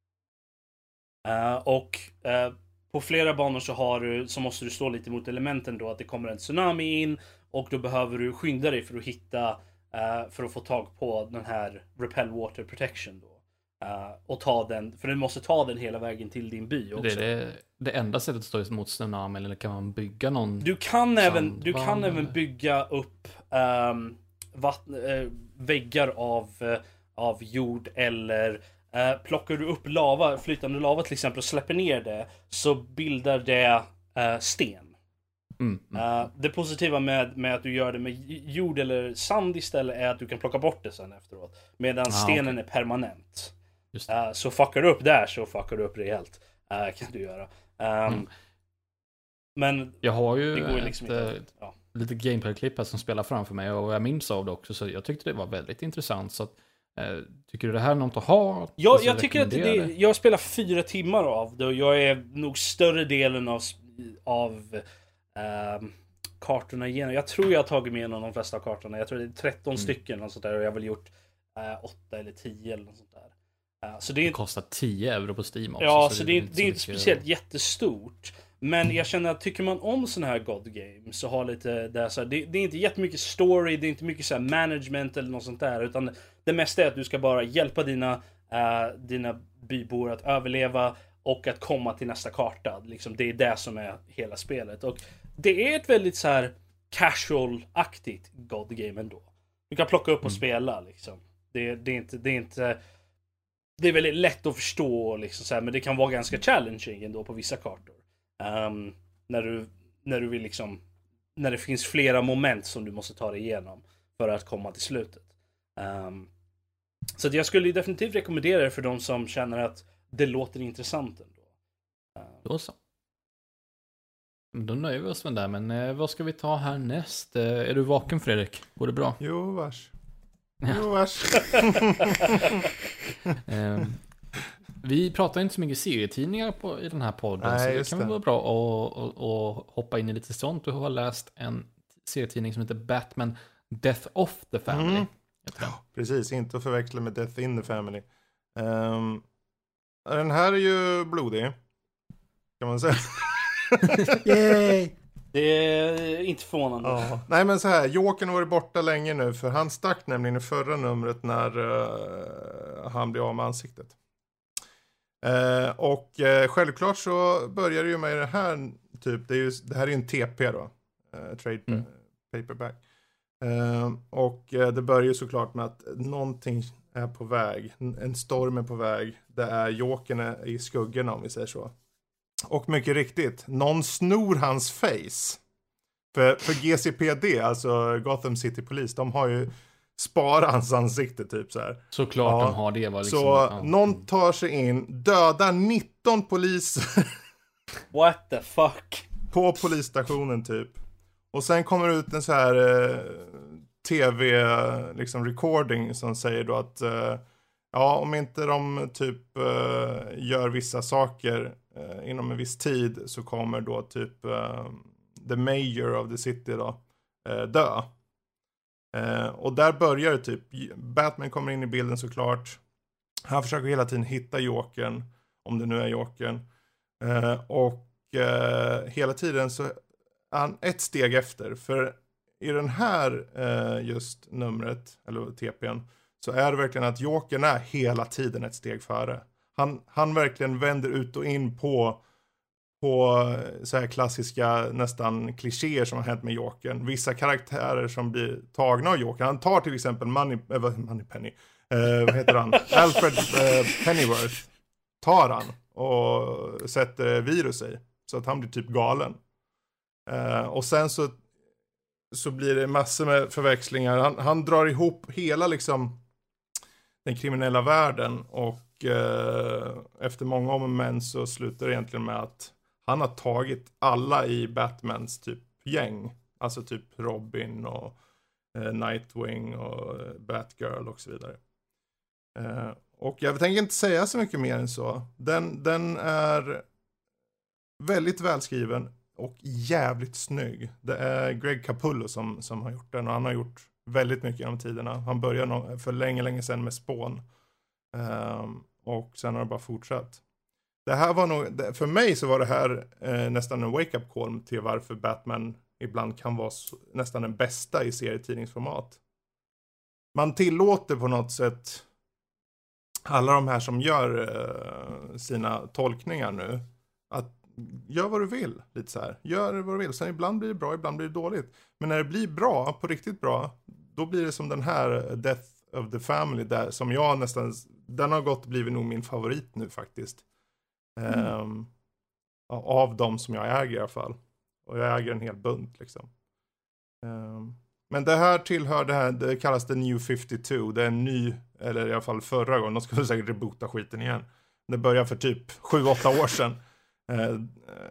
Uh, och uh, på flera banor så har du, så måste du stå lite mot elementen då, att det kommer en tsunami in och då behöver du skynda dig för att hitta uh, för att få tag på den här repel water protection då. Uh, och ta den, för du måste ta den hela vägen till din by också. Det är det, det enda sättet att stå emot tsunami, eller kan man bygga någon? Du kan även, du kan även bygga upp um, vatten, uh, väggar av, uh, av jord eller uh, plockar du upp lava, flytande lava till exempel och släpper ner det så bildar det uh, sten. Mm, mm. Uh, det positiva med, med att du gör det med jord eller sand istället är att du kan plocka bort det sen efteråt. Medan ah, stenen okay. är permanent. Uh, så fuckar du upp där så fuckar du upp rejält. Uh, kan du göra. Um, mm. Men jag har ju det går ett, liksom inte, ett, ja. lite gameplay-klipp här som spelar framför mig och jag minns av det också, så jag tyckte det var väldigt intressant. Så att, uh, tycker du det här är något att ha? Ja, jag tycker att det, det, jag spelar fyra timmar av det och jag är nog större delen av, av uh, kartorna igenom. Jag tror jag har tagit med de flesta av kartorna. Jag tror det är tretton mm. stycken och sånt där, och jag har väl gjort uh, åtta eller tio eller något sånt där. Uh, så det, är, det kostar tio euro på Steam också. Ja, så, så det, det, det är inte speciellt jättestort. Men jag känner att tycker man om sån här God Games så har lite där, så här, det, det är inte jättemycket story, det är inte mycket så här management eller något sånt där, utan det mesta är att du ska bara hjälpa dina, uh, dina bybor att överleva och att komma till nästa karta. Liksom, det är det som är hela spelet. Och det är ett väldigt så här casual-aktigt God Game ändå. Du kan plocka upp och Mm. spela liksom. Det, det är inte, det är inte... Det är väldigt lätt att förstå liksom så här, men det kan vara ganska challenging ändå på vissa kartor. Um, när du, när du vill liksom... När det finns flera moment som du måste ta dig igenom för att komma till slutet. Um, så att jag skulle definitivt rekommendera det för de som känner att det låter intressant ändå. Um, Då så. Då nöjer vi oss med det, men eh, vad ska vi ta här näst? Eh, är du vaken, Fredrik? Går det bra? Jo, vars. Ja. Jo, vars. Eh, vi pratar inte så mycket serietidningar på, i den här podden, Nej, så det just kan det. väl vara bra att, att, att hoppa in i lite sånt. Du har läst en serietidning som heter Batman Death of the Family. Mm. heter den. Precis, inte att förväxla med Death in the Family. Um, den här är ju blodig, kan man säga. Yay! det är inte förvånande. Ja. Nej, men så här, Jokern har varit borta länge nu, för han stack nämligen i förra numret när uh, han blev av med ansiktet. Uh, och uh, självklart så börjar det ju med det här typ, det, är ju, det här är ju en T P då, uh, trade Mm. paperback. Uh, och uh, det börjar ju såklart med att någonting är på väg, en storm är på väg, det är Jokern är i skuggorna, om vi säger så. Och mycket riktigt, någon snor hans face. För, för G C P D, alltså Gotham City Police, de har ju sparat hans ansikte typ så här. Såklart Ja. de har det. Var liksom, Så ja. någon tar sig in, dödar nitton poliser What the fuck? på polisstationen typ. Och sen kommer det ut en så här eh, tv liksom recording som säger då att eh, ja, om inte de typ eh, gör vissa saker eh, inom en viss tid, så kommer då typ eh, the mayor of the city då eh, dö. Eh, och där börjar det typ, Batman kommer in i bilden såklart. Han försöker hela tiden hitta Jokern, om det nu är Jokern. Eh, och eh, hela tiden så är han ett steg efter. För i den här eh, just numret, eller T P:n, så är det verkligen att Jokern är hela tiden ett steg före. Han, han verkligen vänder ut och in på, på så här klassiska nästan klichéer som har hänt med Jokern. Vissa karaktärer som blir tagna av Jokern. Han tar till exempel Money, äh, Moneypenny. Eh, vad heter han? Alfred eh, Pennyworth tar han och sätter virus i. Så att han blir typ galen. Eh, och sen så så blir det massor med förväxlingar. Han, han drar ihop hela liksom den kriminella världen, och eh, efter många om och men så slutar det egentligen med att han har tagit alla i Batmans typ gäng. Alltså typ Robin och eh, Nightwing och eh, Batgirl och så vidare. Eh, och jag tänker inte säga så mycket mer än så. Den, den är väldigt välskriven och jävligt snygg. Det är Greg Capullo som, som har gjort den, och han har gjort väldigt mycket genom tiderna. Han började för länge, länge sedan med Spawn. Um, och sen har det bara fortsatt. Det här var nog, för mig så var det här eh, nästan en wake-up call till varför Batman ibland kan vara så, nästan den bästa i serietidningsformat. Man tillåter på något sätt alla de här som gör eh, sina tolkningar nu att gör vad du vill, lite så här. Gör vad du vill. Sen ibland blir det bra, ibland blir det dåligt. Men när det blir bra, på riktigt bra, då blir det som den här Death of the Family där, som jag nästan, den har gått blivit nog min favorit nu faktiskt. Mm. Um, av dem som jag äger i alla fall. Och jag äger en hel bunt liksom. Um, men det här tillhör det här, det kallas The New femtiotvå. Det är en ny, eller i alla fall förra gången, de skulle säkert reboota skiten igen. Det började för typ sju åtta år sedan. Uh,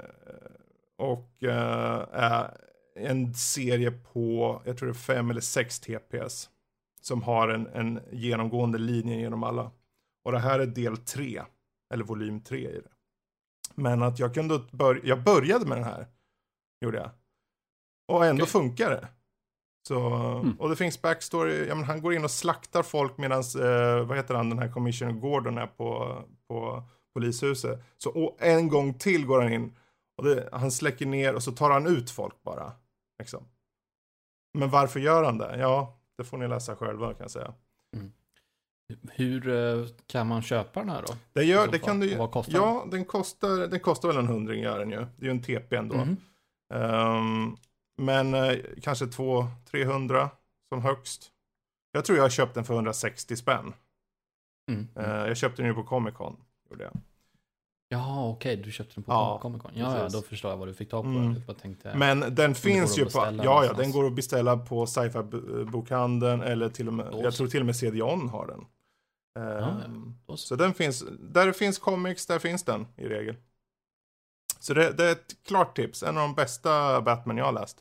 och uh, uh, en serie på, jag tror det är fem eller sex T P S som har en, en genomgående linje genom alla. Och det här är del tre, eller volym tre i det. Men att jag kunde börja, jag började med den här, gjorde jag. Och ändå okay. funkar det. Så, mm. Och det finns backstory, ja, men han går in och slaktar folk medan, uh, vad heter han, den här Commissioner Gordon är på, på polishuset. Så och en gång till går han in och det, han släcker ner och så tar han ut folk bara. Liksom. Men varför gör han det? Ja, det får ni läsa själva kan jag säga. Mm. Hur uh, kan man köpa den här då? Det gör, det kan du, vad kostar ja, den kostar, den kostar väl en hundring gör den ju. Det är ju en T P ändå. Mm. Um, men eh, kanske två trehundra som högst. Jag tror jag har köpt den för hundrasextio spänn. Mm. Eh, jag köpte den ju på Comic Con, gjorde jag. Ja, okej, okay. Du köpte den på Ja, Comic Con. Ja, ja, då förstår jag vad du fick tag på. Mm. Jag tänkte, Men den finns ju på, ja, ja, någonstans. den går att beställa på sci-fi-bokhandeln eller till och med, jag tror till och med C D O N har den. Ja, Um, ja. så den finns, där det finns comics, där finns den i regel. Så det, det är ett klart tips, en av de bästa Batman jag har läst.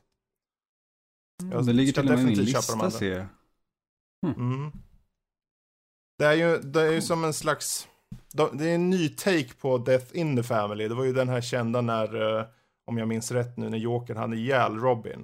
Jag det ligger ska till och med i min definitivt köpa de lista, andra. ser jag. Mm. Det är ju det är ju som en slags, det är en ny take på Death in the Family. Det var ju den här kända när, om jag minns rätt nu, när Joker hade ihjäl Robin.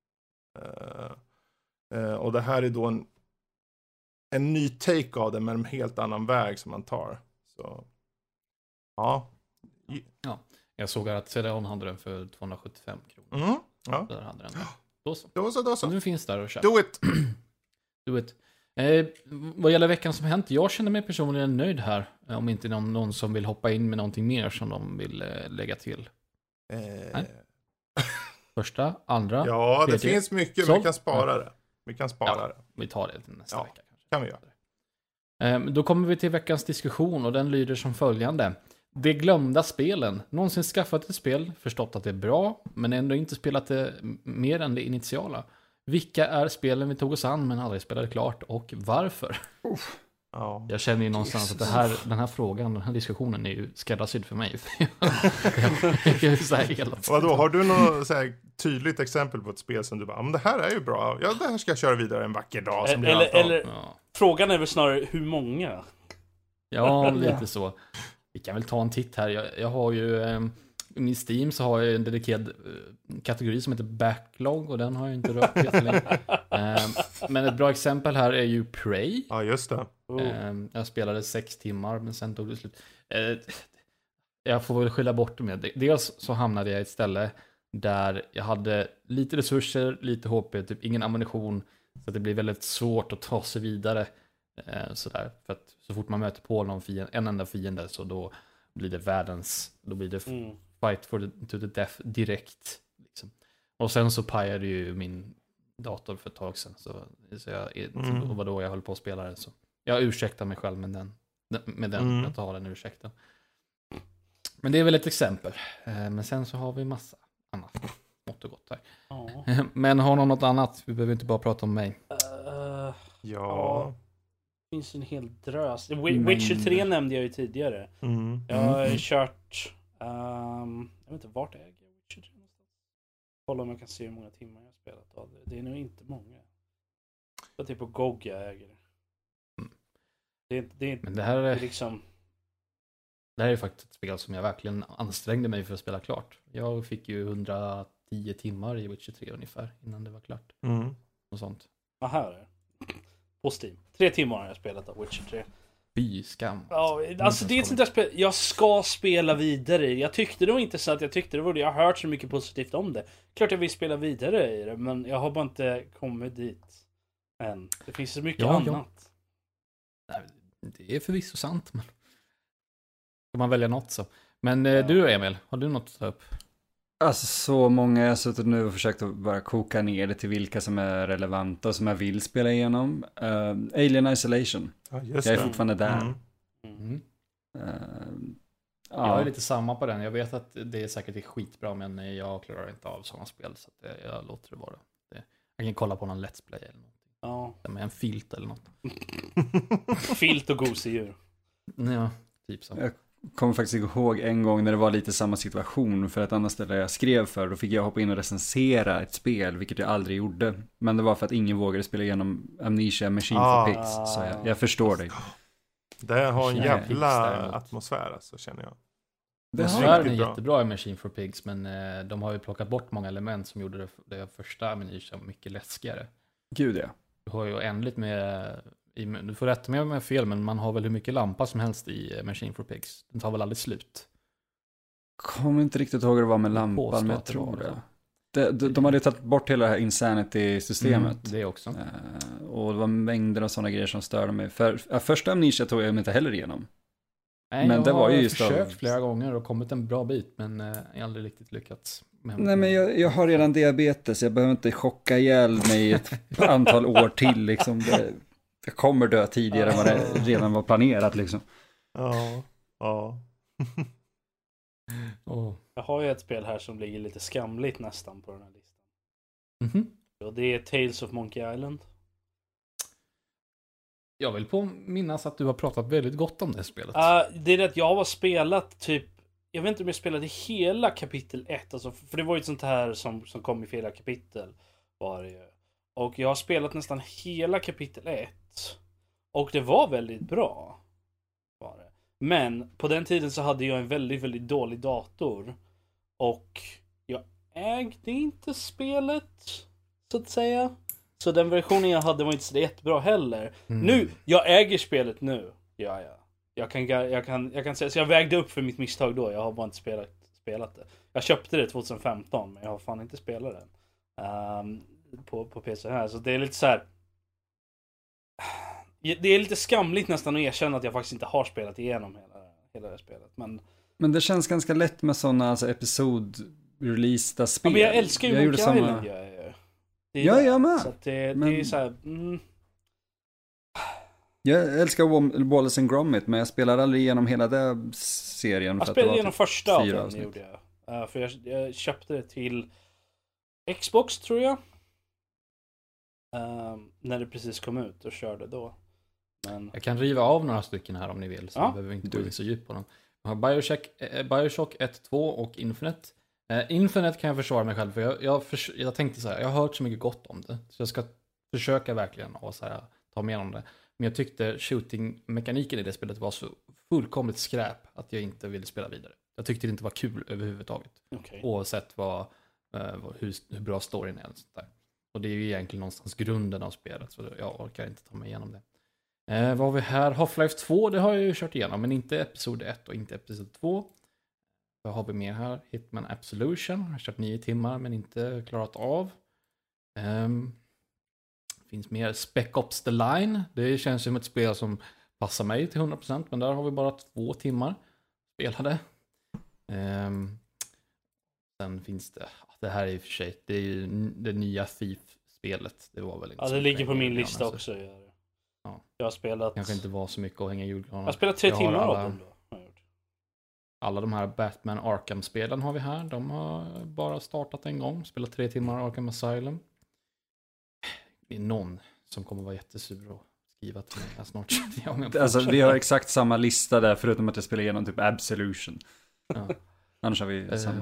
Uh, uh, och det här är då en en ny take av det med en helt annan väg som man tar. Så ja. Ja, jag såg att C D O N hade den för tvåhundrasjuttiofem kronor. Mm. Ja. Där hade den. Då så. Då så, då så. Så nu finns där och köp. Do it. Do it. Eh, vad gäller veckan som hänt, jag känner mig personligen nöjd här. Om inte någon, någon som vill hoppa in med någonting mer som de vill eh, lägga till. Eh. Första, andra. Ja, det tredje. finns mycket, Så. men vi kan spara det. Vi kan spara Ja, det. vi tar det till nästa Ja, vecka. Kanske. Kan vi göra. Eh, då kommer vi till veckans diskussion och den lyder som följande. De glömda spelen. Någonsin skaffat ett spel, förstått att det är bra, men ändå inte spelat det mer än det initiala. Vilka är spelen vi tog oss an men aldrig spelade klart och varför? Uff. Ja. Jag känner ju någonstans att det här, den här frågan, den här diskussionen är ju skräddarsydd för mig. jag är så här hela Vadå, har du något så här tydligt exempel på ett spel som du bara, men det här är ju bra. Ja, det här ska jag köra vidare en vacker dag. Som blir Eller, allt av. eller Ja. frågan är väl snarare hur många? Ja, lite så. Vi kan väl ta en titt här. Jag, jag har ju, eh, i min Steam så har jag en dedikerad eh, kategori som heter Backlog och den har jag inte rört jättelänge. eh, Men ett bra exempel här är ju Prey. Ja, just det. Oh. Eh, jag spelade sex timmar men sen tog det slut. Eh, jag får väl skylla bort det med. Dels så hamnade jag i ett ställe där jag hade lite resurser, lite H P, typ ingen ammunition. Så att det blir väldigt svårt att ta sig vidare. Eh, sådär. För att så fort man möter på någon fiende, en enda fiende så då blir det världens, då blir det Mm. fight for the, to the death direkt. Liksom. Och sen så pajade ju min dator för ett tag sedan. Så, så jag, Mm. och var då jag höll på att spela det. Så jag ursäktar mig själv med den, med den Mm. att ha den ursäkten. Men det är väl ett exempel. Eh, men sen så har vi massa annat. Mått och gott här. Ja. Men har någon något annat? Vi behöver inte bara prata om mig. Uh, Ja. det finns en hel drös. Wi- Witcher tre nämnde jag ju tidigare. Mm. Jag har Mm. kört... Um, jag vet inte vart jag äger Witcher tre någonstans. Kolla om jag kan se hur många timmar jag har spelat av det. Det är nog inte många. Jag typ på G O G jag äger det. Det är, inte- det är, Men det här det är är, liksom... det här är faktiskt ett spel som jag verkligen ansträngde mig för att spela klart. Jag fick ju hundratio timmar i Witcher tre ungefär innan det var klart. Mm. Och sånt. Ja, här är det. På Steam. Tre timmar har jag spelat av Witcher tre. Fy skam. Ja, alltså det är ett sånt där spel jag ska spela vidare i. Jag tyckte det var intressant, jag tyckte det var det. Jag har hört så mycket positivt om det. Klart jag vill spela vidare i det, men jag har bara inte kommit dit än. Det finns så mycket Ja, annat. ja. Nej, det är förvisso sant. Men... Ska man välja något så. Men eh, Ja. du då, Emil, har du något att ta upp? Alltså så många, jag har suttit nu och försökt att bara koka ner det till vilka som är relevanta och som jag vill spela igenom. Uh, Alien Isolation, Ja, just jag är det. fortfarande där. Mm. Mm. Uh, Jag ja. är lite samma på den. Jag vet att det är säkert är skitbra, men jag klarar inte av sådana spel. Så att jag, jag låter det vara. Det, jag kan kolla på någon Let's Play eller något. Ja. Med en filt eller något. Filt och gosedjur. Ja, typ så. Jag kommer faktiskt ihåg en gång när det var lite samma situation för ett annat ställe jag skrev för. Då fick jag hoppa in och recensera ett spel, vilket jag aldrig gjorde. Men det var för att ingen vågade spela igenom Amnesia Machine Ah. for Pigs. Så jag, jag förstår dig. Det har en Ja, jävla däremot. atmosfär, alltså, känner jag. Det har- har, Atmosfären är riktigt bra. jättebra i Machine for Pigs, men eh, de har ju plockat bort många element som gjorde det, det första Amnesia mycket läskigare. gud ja. Du har ju oändligt med, i, du får rätta mig om jag har fel, men man har väl hur mycket lampa som helst i eh, Machine for Pigs. Den tar väl aldrig slut. Kommer inte riktigt ihåg hur det var med lampan, Påstår men jag att det tror var det. så. De, de, de hade tagit bort hela det här Insanity-systemet. Mm, det också. Eh, och det var mängder av sådana grejer som störde mig. För, ja, första Amnesia tog jag mig inte heller igenom. Nej, Men jag det har var ju just försökt av- flera gånger och kommit en bra bit, men eh, jag har aldrig riktigt lyckats. Med Nej, men jag, jag har redan diabetes, jag behöver inte chocka ihjäl mig ett antal år till liksom. Det, jag kommer dö tidigare än vad det redan var planerat liksom. Ja, ja. Oh. Jag har ju ett spel här som ligger lite skamligt nästan på den här listan. Mhm. Och det är Tales of Monkey Island. Jag vill påminnas att du har pratat väldigt gott om det spelet. Uh, det är det att jag har spelat typ, jag vet inte om jag spelade hela kapitel ett, alltså, för det var ju ett sånt här som, som kom i flera kapitel. Var det ju. Och jag har spelat nästan hela kapitel ett. Och det var väldigt bra. Var det. Men på den tiden så hade jag en väldigt, väldigt dålig dator. Och jag ägde inte spelet, så att säga. Så den versionen jag hade var inte så jättebra heller. Mm. Nu, jag äger spelet nu. Ja, ja. Jag kan, jag kan, jag kan säga, så jag vägde upp för mitt misstag då. Jag har bara inte spelat, spelat det. Jag köpte det tjugohundrafemton, men jag har fan inte spelat det. Um, på, på P C här. Så det är lite så här. Det är lite skamligt nästan att erkänna att jag faktiskt inte har spelat igenom hela, hela det här spelet. Men, Men det känns ganska lätt med sådana alltså, episod-releaseda ja, spel. men jag älskar ju jag Monkey gjorde Island. samma... Jag, jag, det är Ja, det. jag med. Så att det, Men- det är så här. Mm, Jag älskar Wall- Wallace and Gromit, men jag spelar aldrig igenom hela den serien. jag för att det spelade var igenom typ första av fyra den, avsnitt. gjorde jag. Uh, för jag, jag köpte det till Xbox, tror jag. Um, när det precis kom ut och körde då. Men Jag kan riva av några stycken här om ni vill, så Ja. vi behöver inte gå in så djupt på dem. Jag har Bioshock, eh, Bioshock ett, två och Infinite. Eh, Infinite kan jag försvara mig själv, för jag, jag, förs- jag tänkte så här, jag har hört så mycket gott om det. Så jag ska försöka verkligen och så här, ta med om det. Men jag tyckte shooting-mekaniken i det spelet var så fullkomligt skräp att jag inte ville spela vidare. Jag tyckte det inte var kul överhuvudtaget. okej. Oavsett vad, eh, vad, hur, hur bra storyn är. Och, sånt där. Och det är ju egentligen någonstans grunden av spelet, så jag orkar inte ta mig igenom det. Eh, vad har vi här? Half-Life två, det har jag ju kört igenom, men inte Episod ett och inte Episod två. Vad har vi mer här? Hitman Absolution, jag har kört nio timmar men inte klarat av. Um, finns mer Spec Ops The Line, det känns som ett spel som passar mig till hundra procent, men där har vi bara två timmar spelade. Um, sen finst det, det här är i och för sig, det är ju det nya Thief-spelet. Det var väl inte Ja, så det mycket ligger på att min hänga lista med, så också. Jag, Ja. jag har spelat... kanske inte var så mycket att hänga i julgranar. Jag har spelat tre Jag har timmar alla- av dem då. har jag gjort. Alla de här Batman Arkham-spelen har vi här. De har bara startat en gång. Spelat tre timmar Arkham Asylum. Det är någon som kommer vara jättesur och skriva till mig här snart. Ja, om jag Alltså, vi fortsätter. har exakt samma lista där, förutom att jag spelar igenom typ Absolution. Ja. Annars har vi samma. Eh,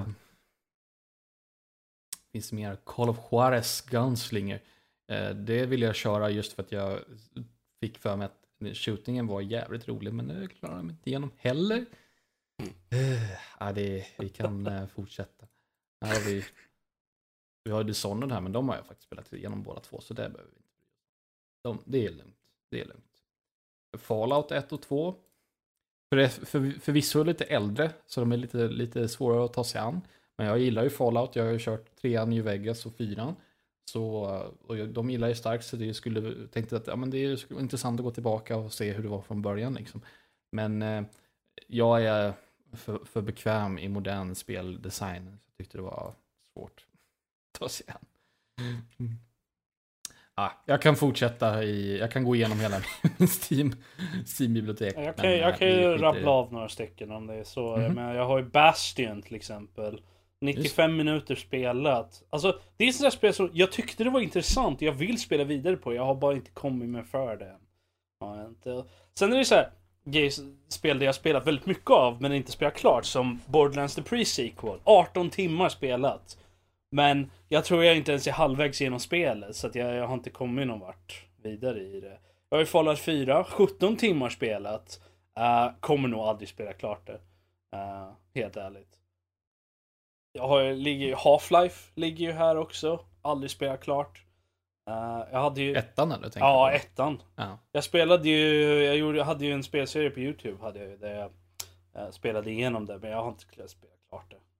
finns det mer Call of Juarez Gunslinger. Eh, det vill jag köra just för att jag fick för mig att shootingen var jävligt rolig, men det klarar jag mig inte igenom heller. Eh, ja, det, vi kan eh, fortsätta. Här har vi vi har Dishonored här, men de har jag faktiskt spelat igenom båda två, så det behöver vi inte. De, det är lugnt. Det är lugnt. Fallout ett och två. För det för, förvisso är lite äldre, så de är lite, lite svårare att ta sig an. Men jag gillar ju Fallout. Jag har ju kört trean, New Vegas och fyran. Så, och jag, de gillar ju starkt, så det skulle tänkte att ja, men det är intressant att gå tillbaka och se hur det var från början. Liksom. Men eh, jag är för, för bekväm i modern speldesign. Jag tyckte det var svårt att ta sig an. Mm. Ah, jag kan fortsätta i, jag kan gå igenom hela min Steam, Steam-bibliotek. Jag kan, men, jag eh, kan vi ju skiter i rabbla det. av några stycken om det är så. Mhm. Men jag har ju Bastion till exempel. nittiofem minuter spelat. Alltså, det är sådär spel som jag tyckte det var intressant. Jag vill spela vidare på. Jag har bara inte kommit med för det. Har jag inte. Sen är det så här gays, spel där jag spelat väldigt mycket av men inte spelat klart, som Borderlands The Pre-Sequel. arton timmar spelat. Men jag tror jag inte ens är halvvägs genom spelet, så att jag, jag har inte kommit någon vart vidare i det. Jag har ju Fallout fyra, sjutton timmar spelat. Uh, kommer nog aldrig spela klart det. Uh, helt ärligt. Jag har ju, ligger ju, Half-Life ligger ju här också. Aldrig spelat klart. Uh, jag hade ju... Ettan eller? tänker Ja, jag på? ettan. Ja. Jag spelade ju, jag, gjorde, jag hade ju en spelserie på YouTube hade jag, där jag uh, spelade igenom det, men jag har inte spelat klart det.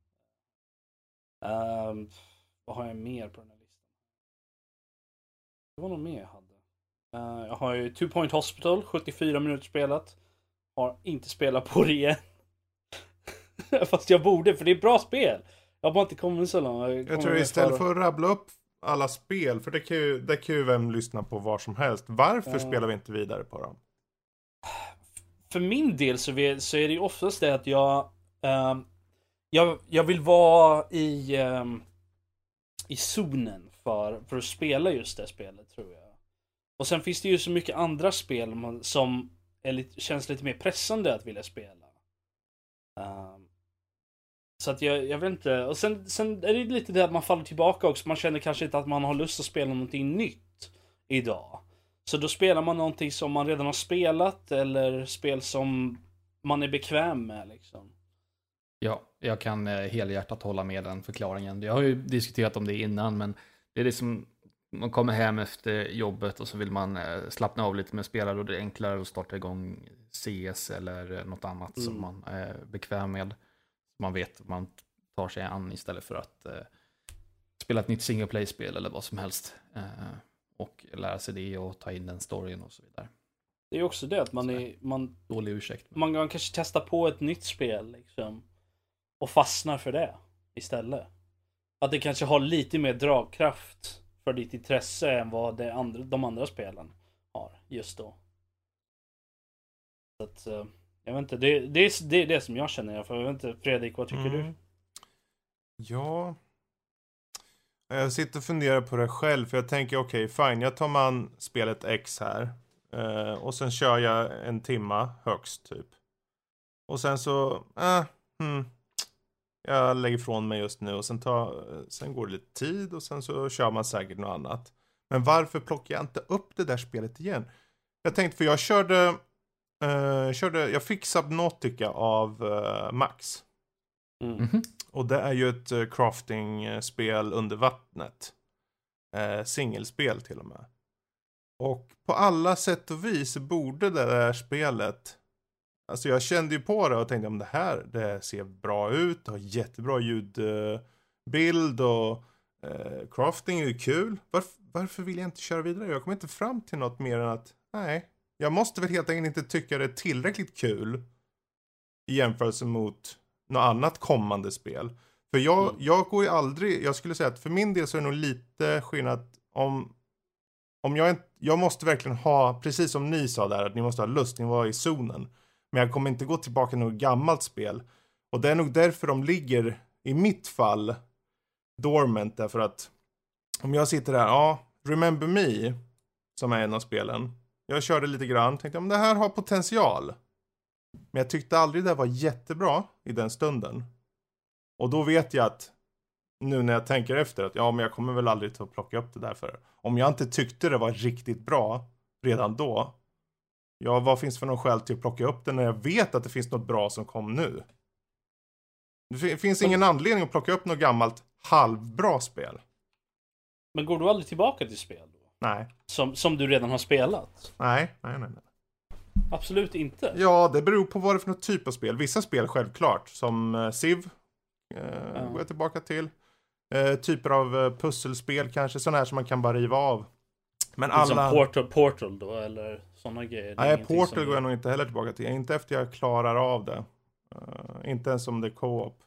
Um, vad har jag mer på den här listan? Det var nog mer jag hade. Uh, jag har ju Two Point Hospital, sjuttiofyra minuter spelat. har inte spelat på det igen. Fast jag borde, för det är bra spel. Jag har bara inte kommit så långt. Jag, jag tror istället för att rabbla upp alla spel, för det kan ju, det kan ju vem lyssna på var som helst. Varför ja. spelar vi inte vidare på dem? För min del så, vi, så är det ju oftast det att jag, um, jag, jag vill vara i, um, i zonen för, för att spela just det spelet, tror jag. Och sen finns det ju så mycket andra spel som är lite, känns lite mer pressande att vilja spela. Um, så att jag, jag vet inte. Och sen, sen är det lite det att man faller tillbaka också. Man känner kanske inte att man har lust att spela någonting nytt idag. Så då spelar man någonting som man redan har spelat, eller spel som man är bekväm med liksom. Ja, jag kan helhjärtat hålla med den förklaringen. Jag har ju diskuterat om det innan, men det är det som man kommer hem efter jobbet och så vill man slappna av lite med spelare, och det är enklare att starta igång C S eller något annat mm. som man är bekväm med. Man vet att man tar sig an istället för att eh, spela ett nytt single play-spel eller vad som helst. Eh, och lära sig det och ta in den storyn och så vidare. Det är också det att man är... Man, dålig ursäkt. Man kan kanske testa på ett nytt spel liksom, och fastnar för det istället. Att det kanske har lite mer dragkraft för ditt intresse än vad det andra, de andra spelen har just då. Så att, uh, jag vet inte, det, det, är, det är det som jag känner. För jag vet inte, Fredrik, vad tycker mm. du? Ja... Jag sitter och funderar på det själv, för jag tänker okej, okay, fine, jag tar man spelet X här. Uh, och sen kör jag en timma högst typ. Och sen så, äh, hmm, jag lägger ifrån mig just nu och sen, tar, sen går det lite tid och sen så kör man säkert något annat. Men varför plockar jag inte upp det där spelet igen? Jag tänkte, för jag körde, uh, körde jag fick Subnautica av uh, Max. Mm. Mm-hmm. Och det är ju ett uh, crafting-spel under vattnet. Uh, singelspel till och med. Och på alla sätt och vis borde det där spelet... Alltså jag kände ju på det och tänkte om det här, det ser bra ut. Det har jättebra ljudbild och uh, crafting är ju kul. Varför, varför vill jag inte köra vidare? Jag kommer inte fram till något mer än att nej, jag måste väl helt enkelt inte tycka det är tillräckligt kul i jämförelse mot något annat kommande spel. För jag, mm. jag går ju aldrig, jag skulle säga att för min del så är det nog lite skillnad om, om jag inte, jag måste verkligen ha, precis som ni sa där, att ni måste ha lust, ni var i zonen. Men jag kommer inte gå tillbaka till något gammalt spel. Och det är nog därför de ligger, i mitt fall, dormant, därför att om jag sitter här, ja, Remember Me, som är en av spelen, jag körde lite grann, tänkte om det här har potential. Men jag tyckte aldrig det var jättebra i den stunden. Och då vet jag att nu när jag tänker efter att ja, men jag kommer väl aldrig att plocka upp det där för. Om jag inte tyckte det var riktigt bra redan då, ja, vad finns för någon skäl till att plocka upp det när jag vet att det finns något bra som kom nu? Det finns ingen anledning att plocka upp något gammalt halvbra spel. Men går du aldrig tillbaka till spel då? Nej. Som, som du redan har spelat? Nej, nej, nej, nej. Absolut inte. Ja, det beror på vad det är för något typ av spel. Vissa spel självklart, som uh, Civ uh, ja. går jag tillbaka till. Uh, typer av uh, pusselspel kanske, sådana här som man kan bara riva av. Men alla... Som Portal, Portal då, eller sådana grejer? Nej, Portal går jag nog inte heller tillbaka till. Inte efter jag klarar av det. Uh, inte ens om det är co-op.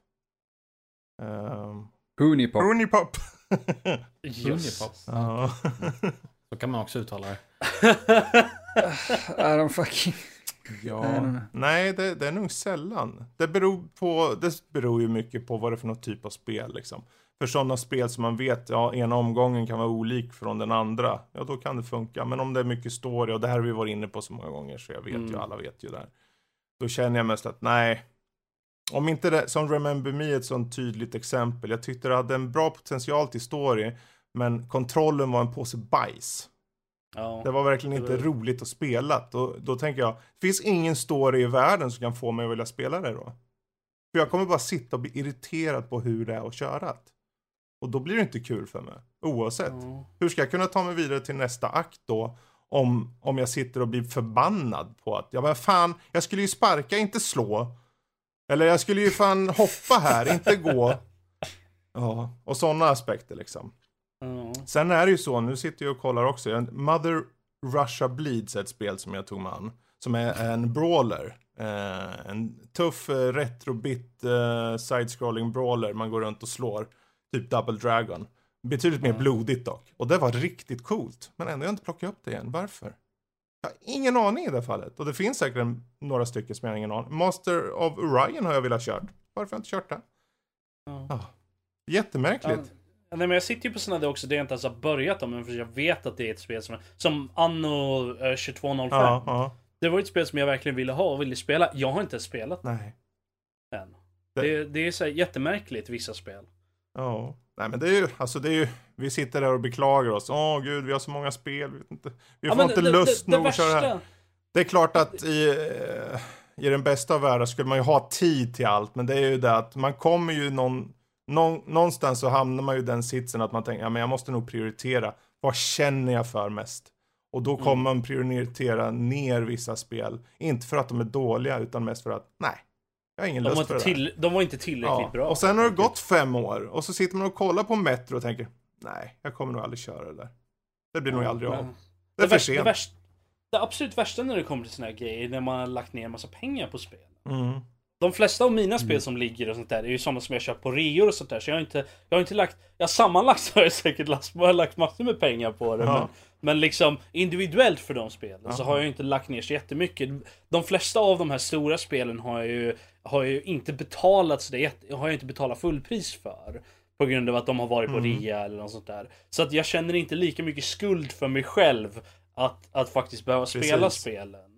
Uh... Hoonipop. Hoonipop. Hoonipop. Ja. Så kan man också uttala det. Är de fucking... Ja, nej, det, det är nog sällan. Det beror på, det beror ju mycket på vad det är för något typ av spel liksom. För sådana spel som man vet, ja, ena omgången kan vara olik från den andra, ja, då kan det funka. Men om det är mycket story, och det här har vi varit inne på så många gånger, så jag vet mm. ju, alla vet ju där. Då känner jag mest att nej, om inte det, som Remember Me är ett sånt tydligt exempel. Jag tyckte det hade en bra potential till story, men kontrollen var en påse bajs. Ja, det var verkligen inte var... roligt att spela. Då, då tänker jag, det finns ingen story i världen som kan få mig att vilja spela det då. För jag kommer bara sitta och bli irriterad på hur det är att köra. Och då blir det inte kul för mig. Oavsett. Mm. Hur ska jag kunna ta mig vidare till nästa akt då? Om, om jag sitter och blir förbannad på att, ja men fan, jag skulle ju sparka, inte slå. Eller jag skulle ju fan hoppa här, inte gå. Ja, och sådana aspekter liksom. Mm. Sen är det ju så, nu sitter jag och kollar också. Mother Russia Bleeds är ett spel som jag tog med an. Som är en brawler. Eh, en tuff eh, retrobit eh, side-scrolling brawler man går runt och slår. Typ Double Dragon. Betydligt mer Mm. blodigt dock. Och det var riktigt coolt. Men ändå har jag inte plockat upp det igen. Varför? Jag har ingen aning i det fallet. Och det finns säkert en, några stycken som jag har ingen aning. Master of Orion har jag velat kört. Varför har jag inte kört det? Ja. Ah, jättemärkligt. Ja, nej, men jag sitter ju på sådana där också, det jag inte ens har börjat om, men för jag vet att det är ett spel som, som Anno eh, tjugotvå noll fem. Ja, ja. Det var ett spel som jag verkligen ville ha och ville spela. Jag har inte spelat Nej. än. Det- Det, det är så här jättemärkligt, vissa spel. Ja. Nej men det är ju, alltså det är ju, vi sitter där och beklagar oss. Åh gud, vi har så många spel. Vi, vet inte, vi Ja, får men inte det, lust det, det nog att köra det här. värsta, Det är klart att i, eh, i den bästa av världar skulle man ju ha tid till allt. Men det är ju det att man kommer ju någon, någon, någonstans så hamnar man ju i den sitsen att man tänker, ja men jag måste nog prioritera. Vad känner jag för mest? Och då kommer man prioritera ner vissa spel. Inte för att de är dåliga utan mest för att, nej, jag har ingen de, var lust för inte det där. till, de var inte tillräckligt Ja. bra. Och sen har det gått fem år och så sitter man och kollar på Metro och tänker, nej, jag kommer nog aldrig köra det där. Det blir nog aldrig av. Men- Det är för värsta, det, sent. värsta, det absolut värsta när det kommer till såna här grejer, när man har lagt ner en massa pengar på spel. Mm. De flesta av mina spel som ligger och sånt där är ju sådana som jag köpt på reor och sånt där. Så jag har inte, jag har inte lagt, ja sammanlagt har jag säkert lagt, jag har lagt massor med pengar på det. Ja. Men, men liksom individuellt för de spelen så Ja. har jag inte lagt ner så jättemycket. De flesta av de här stora spelen har jag ju, har jag ju inte betalat så det jätte- har jag inte betalat fullpris för. På grund av att de har varit på Mm. rea eller något sånt där. Så att jag känner inte lika mycket skuld för mig själv att, att faktiskt behöva spela Precis. spelen.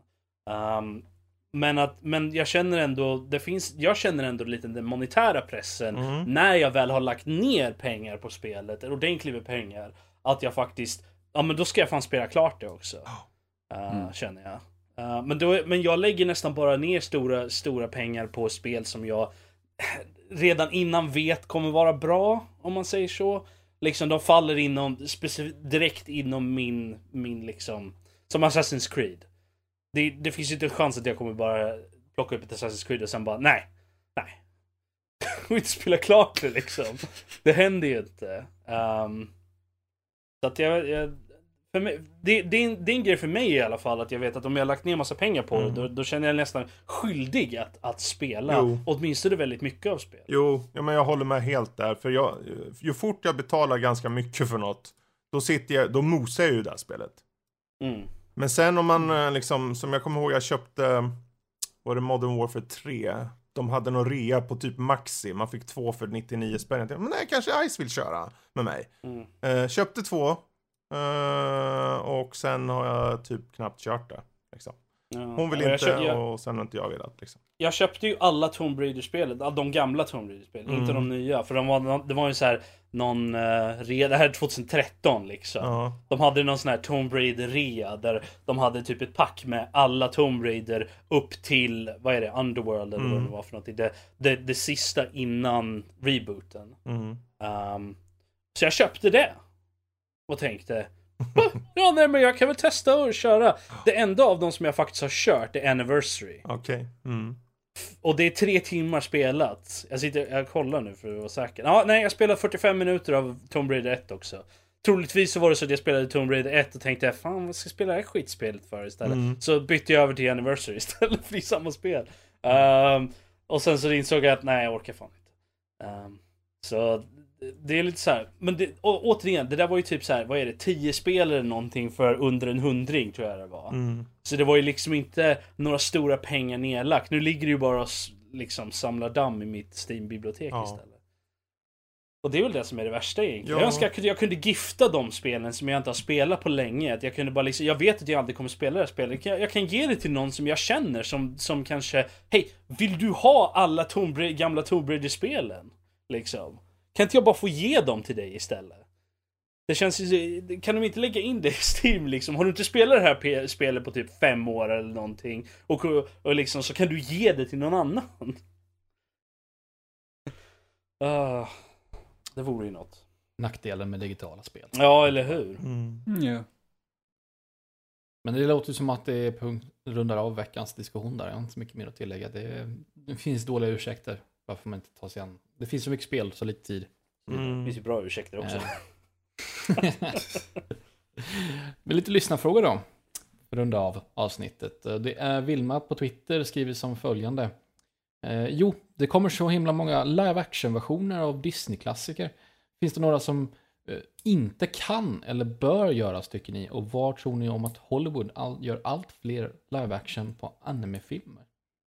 Um, men, att, men jag känner ändå, det finns, jag känner ändå lite den monetära pressen Mm. när jag väl har lagt ner pengar på spelet, ordentligt med pengar, att jag faktiskt, ja men då ska jag fan spela klart det också. Uh, Mm. Känner jag. Uh, men, då, men jag lägger nästan bara ner stora, stora pengar på spel som jag redan innan vet kommer vara bra, om man säger så. Liksom de faller inom, specif- direkt inom min, min liksom, som Assassin's Creed. Det, det finns ju inte en chans att jag kommer bara plocka upp ett Assassin's Creed och sen bara, nej, nej. Jag vill inte spela klart det liksom. Det händer ju inte. Um, så att jag, jag för mig, det, det, är en, det är en grej för mig i alla fall, att jag vet att om jag har lagt ner massa pengar på Mm. det, då, då känner jag nästan skyldig att, att spela. Jo. Åtminstone väldigt mycket av spel. Jo, ja, men jag håller med helt där. För jag, ju fort jag betalar ganska mycket för något, då sitter jag, då mosar jag ju det här spelet. Mm. Men sen om man eh, liksom, som jag kommer ihåg, jag köpte, var det Modern Warfare tre? De hade någon rea på typ Maxi. Man fick två för nittionio spänn. Jag tänkte, men nej, kanske Ice vill köra med mig. Mm. Eh, köpte två. Eh, och sen har jag typ knappt kört det. Liksom. Ja. Hon vill Ja, jag inte köpte- jag- och sen har inte jag velat. Liksom. Jag köpte ju alla Tomb Raider-spelen, ja, de gamla Tomb Raider-spelen, Mm. inte de nya. För de var, det var ju så här någon uh, rea, det här är tjugohundratretton liksom. Ja. De hade någon sån här Tomb Raider-rea där de hade typ ett pack med alla Tomb Raider upp till, vad är det, Underworld eller Mm. vad det var för något. Det, det, det sista innan rebooten. Mm. Um, så jag köpte det. Och tänkte, ja nej men jag kan väl testa och köra. Det enda av dem som jag faktiskt har kört är Anniversary. Okej. Mm. Och det är tre timmar spelat. Jag sitter, jag kollar nu för att vara säker. Ja, nej, jag spelade fyrtiofem minuter av Tomb Raider ett också. Troligtvis så var det så att jag spelade Tomb Raider ett och tänkte, fan vad ska jag spela det här skitspelet för istället? Mm. Så bytte jag över till Anniversary istället för det är samma spel. Um, och sen så insåg jag att nej, jag orkar fan inte. Um, så det är lite så här, men det, å, återigen, det där var ju typ så här, vad är det, tio spel eller någonting för under en hundring tror jag det var. Mm. Så det var ju liksom inte några stora pengar nedlagt. Nu ligger det ju bara och s- liksom samlar damm i mitt Steam-bibliotek Ja. istället. Och det är väl det som är det värsta egentligen. Ja. Jag önskar att jag kunde gifta de spelen som jag inte har spelat på länge. Att jag kunde bara liksom, jag vet att jag aldrig kommer spela det här spelet. Jag, jag kan ge det till någon som jag känner som, som kanske, hej, vill du ha alla Tomb Raider, gamla Tomb Raider-spelen? Liksom. Kan inte jag bara få ge dem till dig istället? Det känns ju, kan de inte lägga in det i Steam liksom? Har du inte spelat det här p- spelet på typ fem år eller någonting och, och liksom så kan du ge det till någon annan. Uh, det vore ju något. Nackdelen med digitala spel. Ja, eller hur? Mm. Ja. Men det låter ju som att det är punkt, rundar av veckans diskussion där. Jag har inte så mycket mer att tillägga. Det, det finns dåliga ursäkter varför man inte tar sig an. Det finns så mycket spel, så lite tid. Det Mm. finns ju bra ursäkter också. Eh. Men lite lyssnarfrågor då. runda av avsnittet. Det är Vilma på Twitter skriver som följande. Eh, jo, det kommer så himla många live action-versioner av Disney-klassiker. Finns det några som eh, inte kan eller bör göras tycker ni? Och vad tror ni om att Hollywood all, gör allt fler live action på anime-filmer?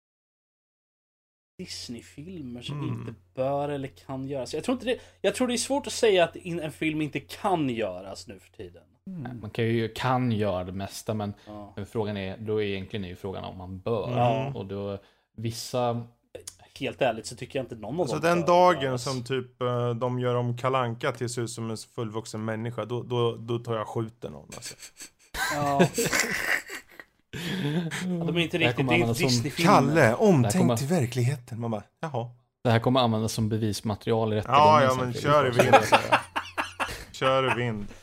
Disney-filmer som Mm. inte bör eller kan göras. Jag tror, inte det, jag tror det är svårt att säga att in, en film inte kan göras nu för tiden. Nej, man kan ju kan göra det mesta, men Ja. frågan är, då är egentligen är ju frågan om man bör. Ja. Och då vissa... Helt ärligt så tycker jag inte någon av Alltså dem den bör dagen göras. som typ eh, de gör om Kalle Anka till sig ut som en fullvuxen människa, då, då, då tar jag skjuten någon alltså. Ja. Ja, de är inte Det här riktigt, kommer det är användas som- Disney-filmer. Kalle, Det här omtänkt kommer- till verkligheten. Man bara, jaha. Det här kommer användas som bevismaterial i rättegången. Ja, ja sen, men för- kör i vind säger jag. Kör i vind.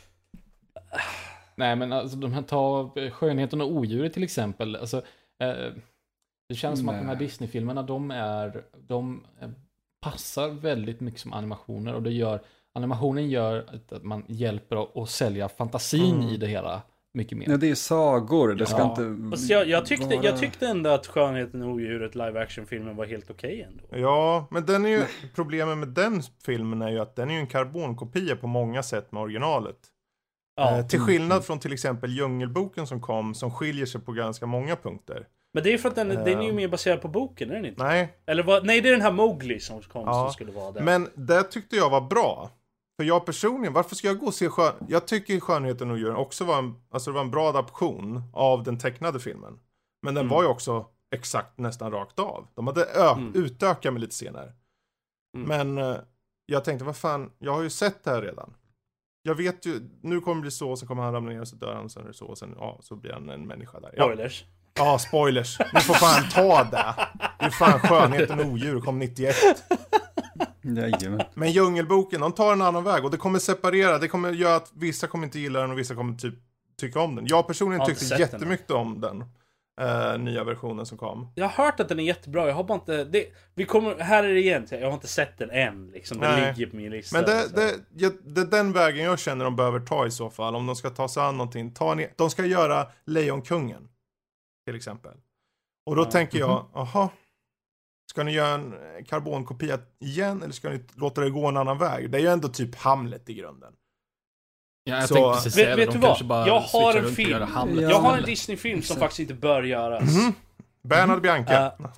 Nej, men alltså de här tar Skönheten och odjuret till exempel. Alltså, eh, det känns som att de här Nej. Disney-filmerna, de är, de eh, passar väldigt mycket som animationer och det gör, animationen gör att man hjälper att, att sälja fantasin Mm. i det hela mycket mer. Ja, det är sagor. Det ska Ja. inte Fast jag, jag, tyckte, vara... jag tyckte ändå att Skönheten och odjuret live action-filmen var helt okej ändå. Ja, men den är ju, problemet med den filmen är ju att den är ju en karbonkopia på många sätt med originalet. Ja. Eh, till skillnad från till exempel Djungelboken som kom, som skiljer sig på ganska många punkter. Men det är för att den, den är ju Ehm. mer baserad på boken, är den inte? Nej, Eller vad, nej, det är den här Mowgli som kom Ja, som skulle vara där. men det tyckte jag var bra. För jag personligen, varför ska jag gå och se skön... Jag tycker Skönheten och odjuret också var en, alltså det var en bra adaption av den tecknade filmen. Men den Mm. var ju också exakt nästan rakt av. De hade ö- Mm. utökat med lite senare. Mm. Men eh, jag tänkte, vad fan, jag har ju sett det här redan. Jag vet ju, nu kommer det bli så, så kommer han ramla ner och så dör han, sen är det så, och sen ja, så blir han en människa där. Ja, Spoilers. ja spoilers. Ni får fan ta det. Det är fan Skönheten och odjuret kom nittioett. Jajamän. Men Djungelboken, de tar en annan väg och det kommer separera, det kommer göra att vissa kommer inte gilla den och vissa kommer typ tycka om den. Jag personligen Jag har inte tyckte sett den. jättemycket om den eh, nya versionen som kom. Jag har hört att den är jättebra, jag har bara inte... Det, vi kommer, här är det igen, jag har inte sett den än liksom. Den Nej. ligger på min lista. Men det, så. det, jag, det är den vägen jag känner de behöver ta i så fall, om de ska ta sig an någonting. Ta ner, de ska göra Lejonkungen, till exempel. Och då Ja. tänker jag, aha, ska ni göra en karbonkopia igen eller ska ni låta det gå en annan väg? Det är ju ändå typ Hamlet i grunden. Ja, jag Så- tänkte precis Vet- säga vet det. du De vad? kanske bara Jag har switchar en runt och film. gör Hamlet. Ja. Jag har en Exakt. Disney-film som faktiskt inte bör göras. Mhm. Bernhard Bianca. Uh,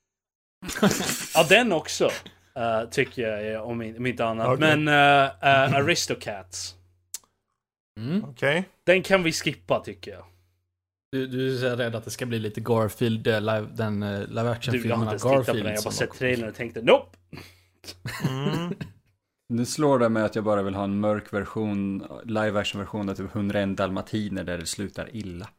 ja, den också. Uh, tycker jag, om, om inte annat. Okej. Men uh, uh, Aristocats. Mm. Okej. Den kan vi skippa, tycker jag. Du, du är så rädd att det ska bli lite Garfield, eh, live, den uh, live Du, jag har action-filmen inte av ens tittat på Garfield. den. Jag har bara som sett var- trailern och tänkte nope. Mm. Nu slår det mig att jag bara vill ha en mörk version, live action version av typ hundraett dalmatiner där det slutar illa.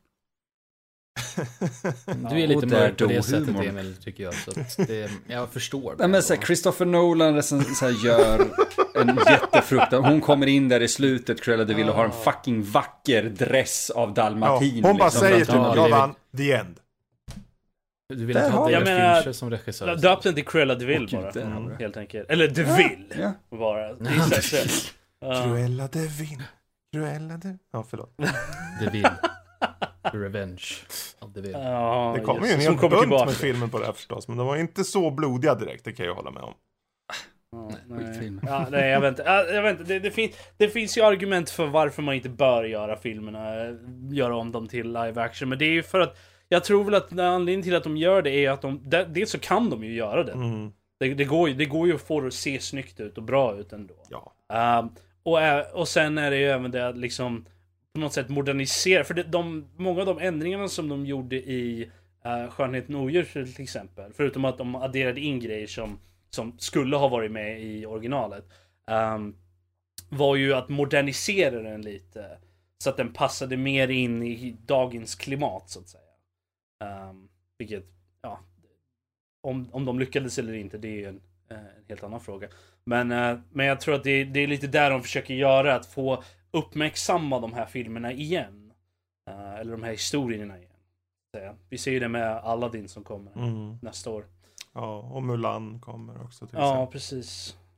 Du är lite Och där mörk på dog det sättet, humorn. Emil, tycker jag. Så att det, jag förstår det. Nej men så här, Christopher Nolan recen- så här, gör en jättefruktan. Hon kommer in där i slutet, Cruella de Vil, och har en fucking vacker dress av Ja, dalmatin. hon bara liksom. säger Ja, typ, det jag är- vann, the end. Du vill Där inte ha har David jag. Jag menar, Fincher som regissör. Döp den till Cruella de Vil Åh, gud, bara. där har Mm, vi det. helt enkelt. Eller de Vil. Ja. Bara. Det är så här, så- Ja. Cruella de Vil. Cruella de... Ja, förlåt. The Vil. The Revenge of the Vil. Ja, Det kommer ju en Jesus, som hel kommer bunt tillbaka. med filmer på det här förstås, men de var inte så blodiga direkt, det kan jag hålla med om. Ja, nej. skitfilm. Ja, nej, jag vet inte. Ja, jag vet inte. Det, det, fin- det finns ju argument för varför man inte bör göra filmerna, eh, göra om dem till live action. Men det är ju för att jag tror väl att anledningen till att de gör det är att de, det, dels så kan de ju göra det. Mm. Det, det, går, ju- det går ju att få det att se snyggt ut och bra ut ändå. Ja. Um, och, ä- och sen är det ju även det att liksom på något sätt modernisera. För det, de, många av de ändringarna som de gjorde i uh, Skönheten och odjuret till exempel, förutom att de adderade in grejer som, som skulle ha varit med i originalet, um, var ju att modernisera den lite så att den passade mer in i dagens klimat, så att säga. Um, vilket, ja, om, om de lyckades eller inte, det är ju en, en helt annan fråga. Men, eh, men jag tror att det, det är lite där de försöker göra, att få uppmärksamma de här filmerna igen. Eh, eller de här historierna igen. Så, vi ser ju det med Aladdin som kommer Mm. nästa år. Ja, och Mulan kommer också till Ja, exempel. precis.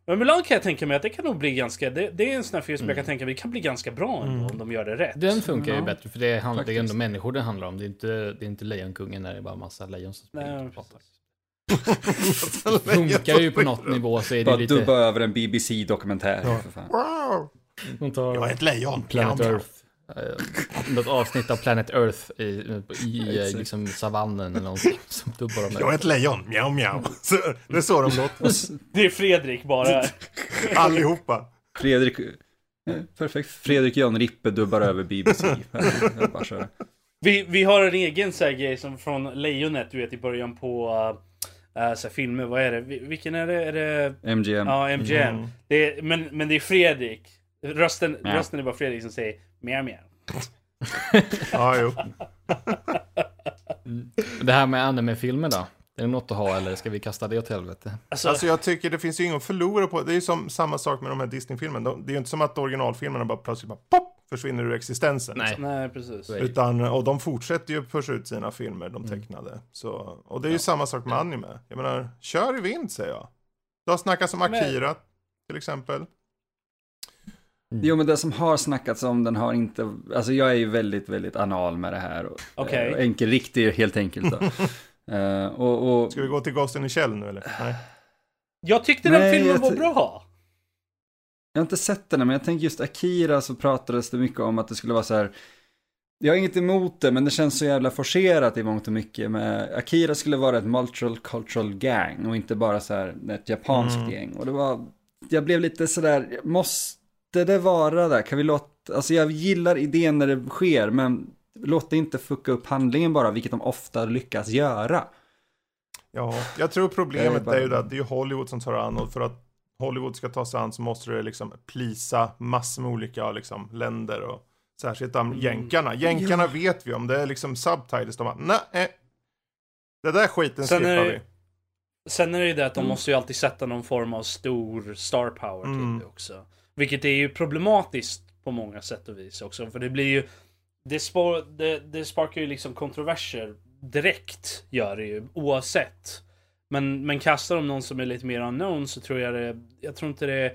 Men Mulan kan jag tänka mig att det kan nog bli ganska... Det, det är en sån här film som Mm. jag kan tänka mig det kan bli ganska bra ändå Mm. om de gör det rätt. Den funkar ju Ja, bättre, för det, handlar, det är ändå faktiskt. människor det handlar om. Det är inte, det är inte Lejonkungen när det är bara massa lejon som springer. Nej, och pratar. precis. Funkar ju på något nivå så är det Bara lite... dubba över en B B C-dokumentär. Ja. För fan. Wow! De tar Jag är ett lejon. Planet Miau, miau. Earth. eh, Något avsnitt av Planet Earth i, i eh, liksom savannen eller någonting som dubbar dem. Jag är ett lejon. Miau, miau. Så, det är så de låter. Det är Fredrik bara. Allihopa. Fredrik... eh, Perfekt. Fredrik Jan Rippe dubbar över B B C. Jag bara köra. Vi, vi har en egen så här grej som från Lejonet, du vet, i början på uh, så här filmer. Vad är det? Vil- Vilken är det? Är det... M G M. Ja, M G M. Mm. Det är, men, men det är Fredrik. Rösten, Mjau. rösten är bara Fredrik som säger mjau mjau. Ja, jo. Det här med anime-filmer då? Är det något att ha eller ska vi kasta det åt helvete? Alltså, Alltså jag tycker det finns ju ingen att förlora på. Det är ju som samma sak med de här Disney-filmerna. De- Det är ju inte som att originalfilmerna bara plötsligt bara pop, försvinner ur existensen. Nej. liksom. nej, precis. Så är det. Utan, och de fortsätter ju pusha ut sina filmer, de Mm. tecknade. Så, och det är ju samma sak med anime. Jag menar, kör i vind säger jag. Det har snackats om Akira, till exempel. Jo, men det som har snackats om den har inte... Alltså jag är ju väldigt, väldigt anal med det här. Och, Okej. eh, och enkelriktig helt enkelt då. Eh, och, och, Ska vi gå till Ghost in the Shell nu eller? Nej. Jag tyckte den Nej, filmen jag var ty- bra. jag har inte sett den, men jag tänker just Akira så pratades det mycket om att det skulle vara så här... Jag har inget emot det, men det känns så jävla forcerat i mångt och mycket. Med, Akira skulle vara ett multicultural gang och inte bara så här ett japanskt Mm. gäng. Och det var... Jag blev lite sådär, måste det vara där? Kan vi låta... Alltså jag gillar idén när det sker, men låt det inte fucka upp handlingen bara, vilket de ofta lyckas göra. Ja, jag tror problemet Jag är bara- är ju det att det är Hollywood som tar an, och för att Hollywood ska ta sig an så måste det liksom plisa massor med olika liksom, länder och särskilt de jänkarna. Jänkarna vet vi om, det är liksom subtitles, de bara, nej, det där skiten Sen skippar är vi. det- Sen är det ju det att de Mm. måste ju alltid sätta någon form av stor star power till Mm. det också. Vilket är ju problematiskt på många sätt och vis också. För det blir ju... Det, spar, det, det sparkar ju liksom kontroverser direkt, gör det ju, oavsett. Men, men kastar de någon som är lite mer unknown så tror jag det... Jag tror inte det...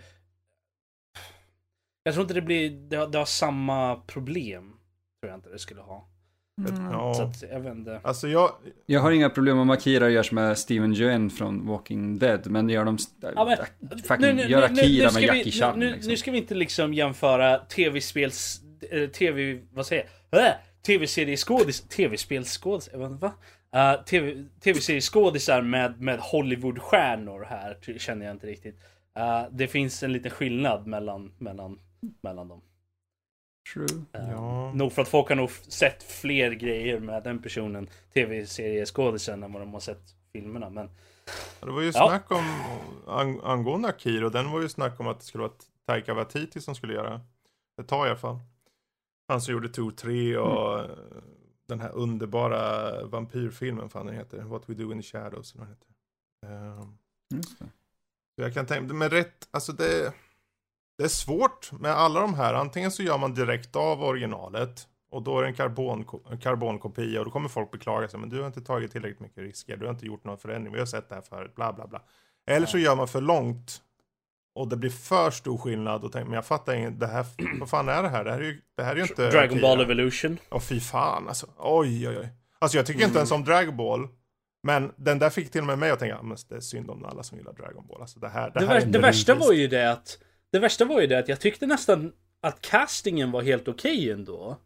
Jag tror inte det blir... Det har, det har samma problem. Tror jag inte det skulle ha. Så Ja. att, jag vet inte. Alltså jag, Jag har inga problem om Akira görs med Steven Yeun från Walking Dead, men gör de... Ja, men, fucking, gör Akira med Jackie Chan. nu, nu, liksom. nu ska vi inte liksom jämföra tv-spels... eh, tv... Vad säger jag? Äh, tv-serieskådis... Tv-spelsskådis... eh, Va? Uh, TV, tv-serieskådisar med, med Hollywoodstjärnor här, ty- känner jag inte riktigt. Uh, det finns en liten skillnad mellan, mellan, mellan dem. True. Uh, Ja. Nog för att folk har nog sett fler grejer med den personen, tv-serieskådisen, än vad de har sett filmerna, men... det var ju Ja. snack om, ang, angående Akira, och den var ju snack om att det skulle vara Taika Waititi som skulle göra. Det tar i alla fall. Han som gjorde Tour tre och mm. den här underbara vampyrfilmen, fan den heter, What We Do in the Shadows, eller vad den heter. Um, Just det. så jag kan tänka, med rätt, alltså det, det är svårt med alla de här. Antingen så gör man direkt av originalet och då är det en karbon, en karbonkopia och då kommer folk beklaga sig, men du har inte tagit tillräckligt mycket risker, du har inte gjort någon förändring, vi har sett det här förut, bla bla bla. Eller så gör man för långt och det blir för stor skillnad och tänker, men jag fattar inget, det här, vad fan är det här? Det här är ju, det här är ju inte Dragon Akira. Ball Evolution. Åh fy fan alltså, oj oj oj. Alltså jag tycker inte Mm. ens om Dragon Ball, men den där fick till och med mig att tänka, men det är synd om alla som gillar Dragon Ball. Alltså det här, det Det, här vär, är det inte värsta rättvist. var ju det att Det värsta var ju det att jag tyckte nästan att castingen var helt okej ändå.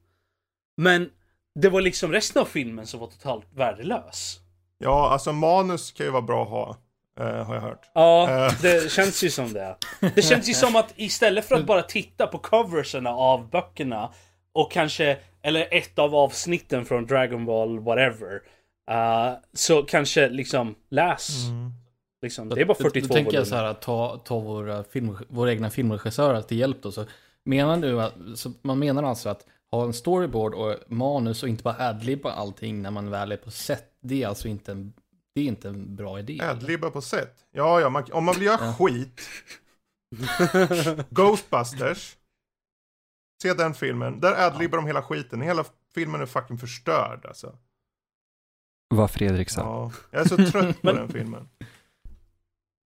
Men det var liksom resten av filmen som var totalt värdelös. Ja, alltså manus kan ju vara bra att ha, eh, har jag hört. Ja, Eh. det känns ju som det. Det känns ju som att istället för att bara titta på coverserna av böckerna och kanske, eller ett av avsnitten från Dragon Ball whatever, uh, så kanske liksom läs. Mm. Liksom, det är bara fyrtiotvå Då tänker jag volymer. så här, ta, ta våra film, våra egna filmregissörer till hjälp då. Så menar du att, så man menar alltså att ha en storyboard och manus och inte bara adlibba allting när man väl är på set, det är alltså inte en, det är inte en bra idé. Adlibba på set. Ja, ja, man, om man vill göra Ja. skit. Ghostbusters. Se den filmen. Där adlibbar de hela skiten. Hela filmen är fucking förstörd alltså. Vad Fredrik sa. Ja, jag är så trött på den filmen.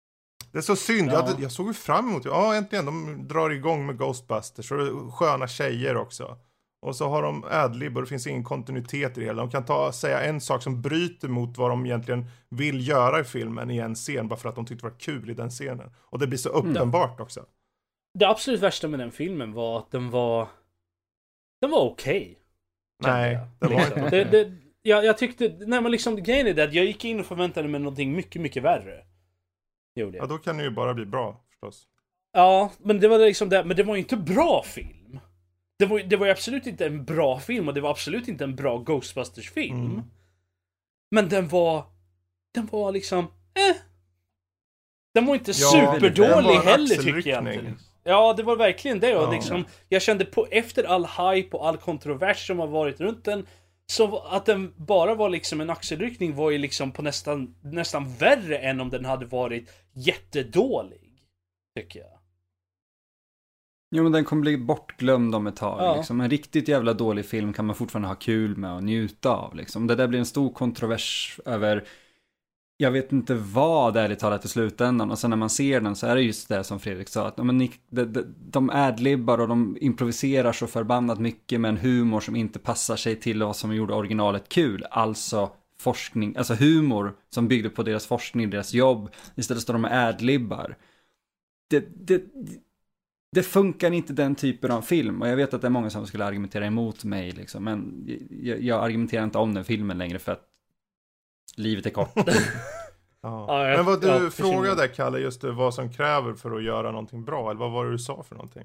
Det är så synd. Ja. Jag, hade, jag såg ju fram emot det. Ja, äntligen. De drar igång med Ghostbusters. Och det är sköna tjejer också. Och så har de adlib och det finns ingen kontinuitet i det hela. De kan ta, säga en sak som bryter mot vad de egentligen vill göra i filmen i en scen. Bara för att de tyckte det var kul i den scenen. Och det blir så uppenbart mm. också. Det absolut värsta med den filmen var att den var... Den var okej. Okay, nej, det var liksom. inte det, det, jag, jag tyckte... Nej, men liksom grejen är det att jag gick in och förväntade mig någonting mycket, mycket värre. Gjorde jag. Ja, då kan det ju bara bli bra, förstås. Ja, men det var liksom det. Men det var ju inte bra film. Det var, det var ju absolut inte en bra film och det var absolut inte en bra Ghostbusters-film. Mm. Men den var... Den var liksom... Eh. Den var inte ja, superdålig heller, tycker jag inte. Ja, det var verkligen det. Och ja. liksom, jag kände på efter all hype och all kontrovers som har varit runt den, så att den bara var liksom en axelryckning var ju liksom på nästan, nästan värre än om den hade varit jättedålig, tycker jag. Jo, men den kommer bli bortglömd om ett tag. Ja. Liksom. En riktigt jävla dålig film kan man fortfarande ha kul med och njuta av. Liksom. Det där blir en stor kontrovers över... Jag vet inte vad det är i talat i slutändan. Och sen när man ser den så är det just det som Fredrik sa. Att men, de, de, de adlibbar och de improviserar så förbannat mycket med en humor som inte passar sig till vad som gjorde originalet kul. Alltså forskning, alltså humor som byggde på deras forskning, deras jobb. Istället står de med adlibbar. Det, det, det funkar inte den typen av film. Och jag vet att det är många som skulle argumentera emot mig. Liksom, men jag, jag argumenterar inte om den filmen längre för att livet är kort. ja. Ja, jag, men vad du jag, frågade, Kalle, just det, vad som kräver för att göra någonting bra. Eller vad var det du sa för någonting?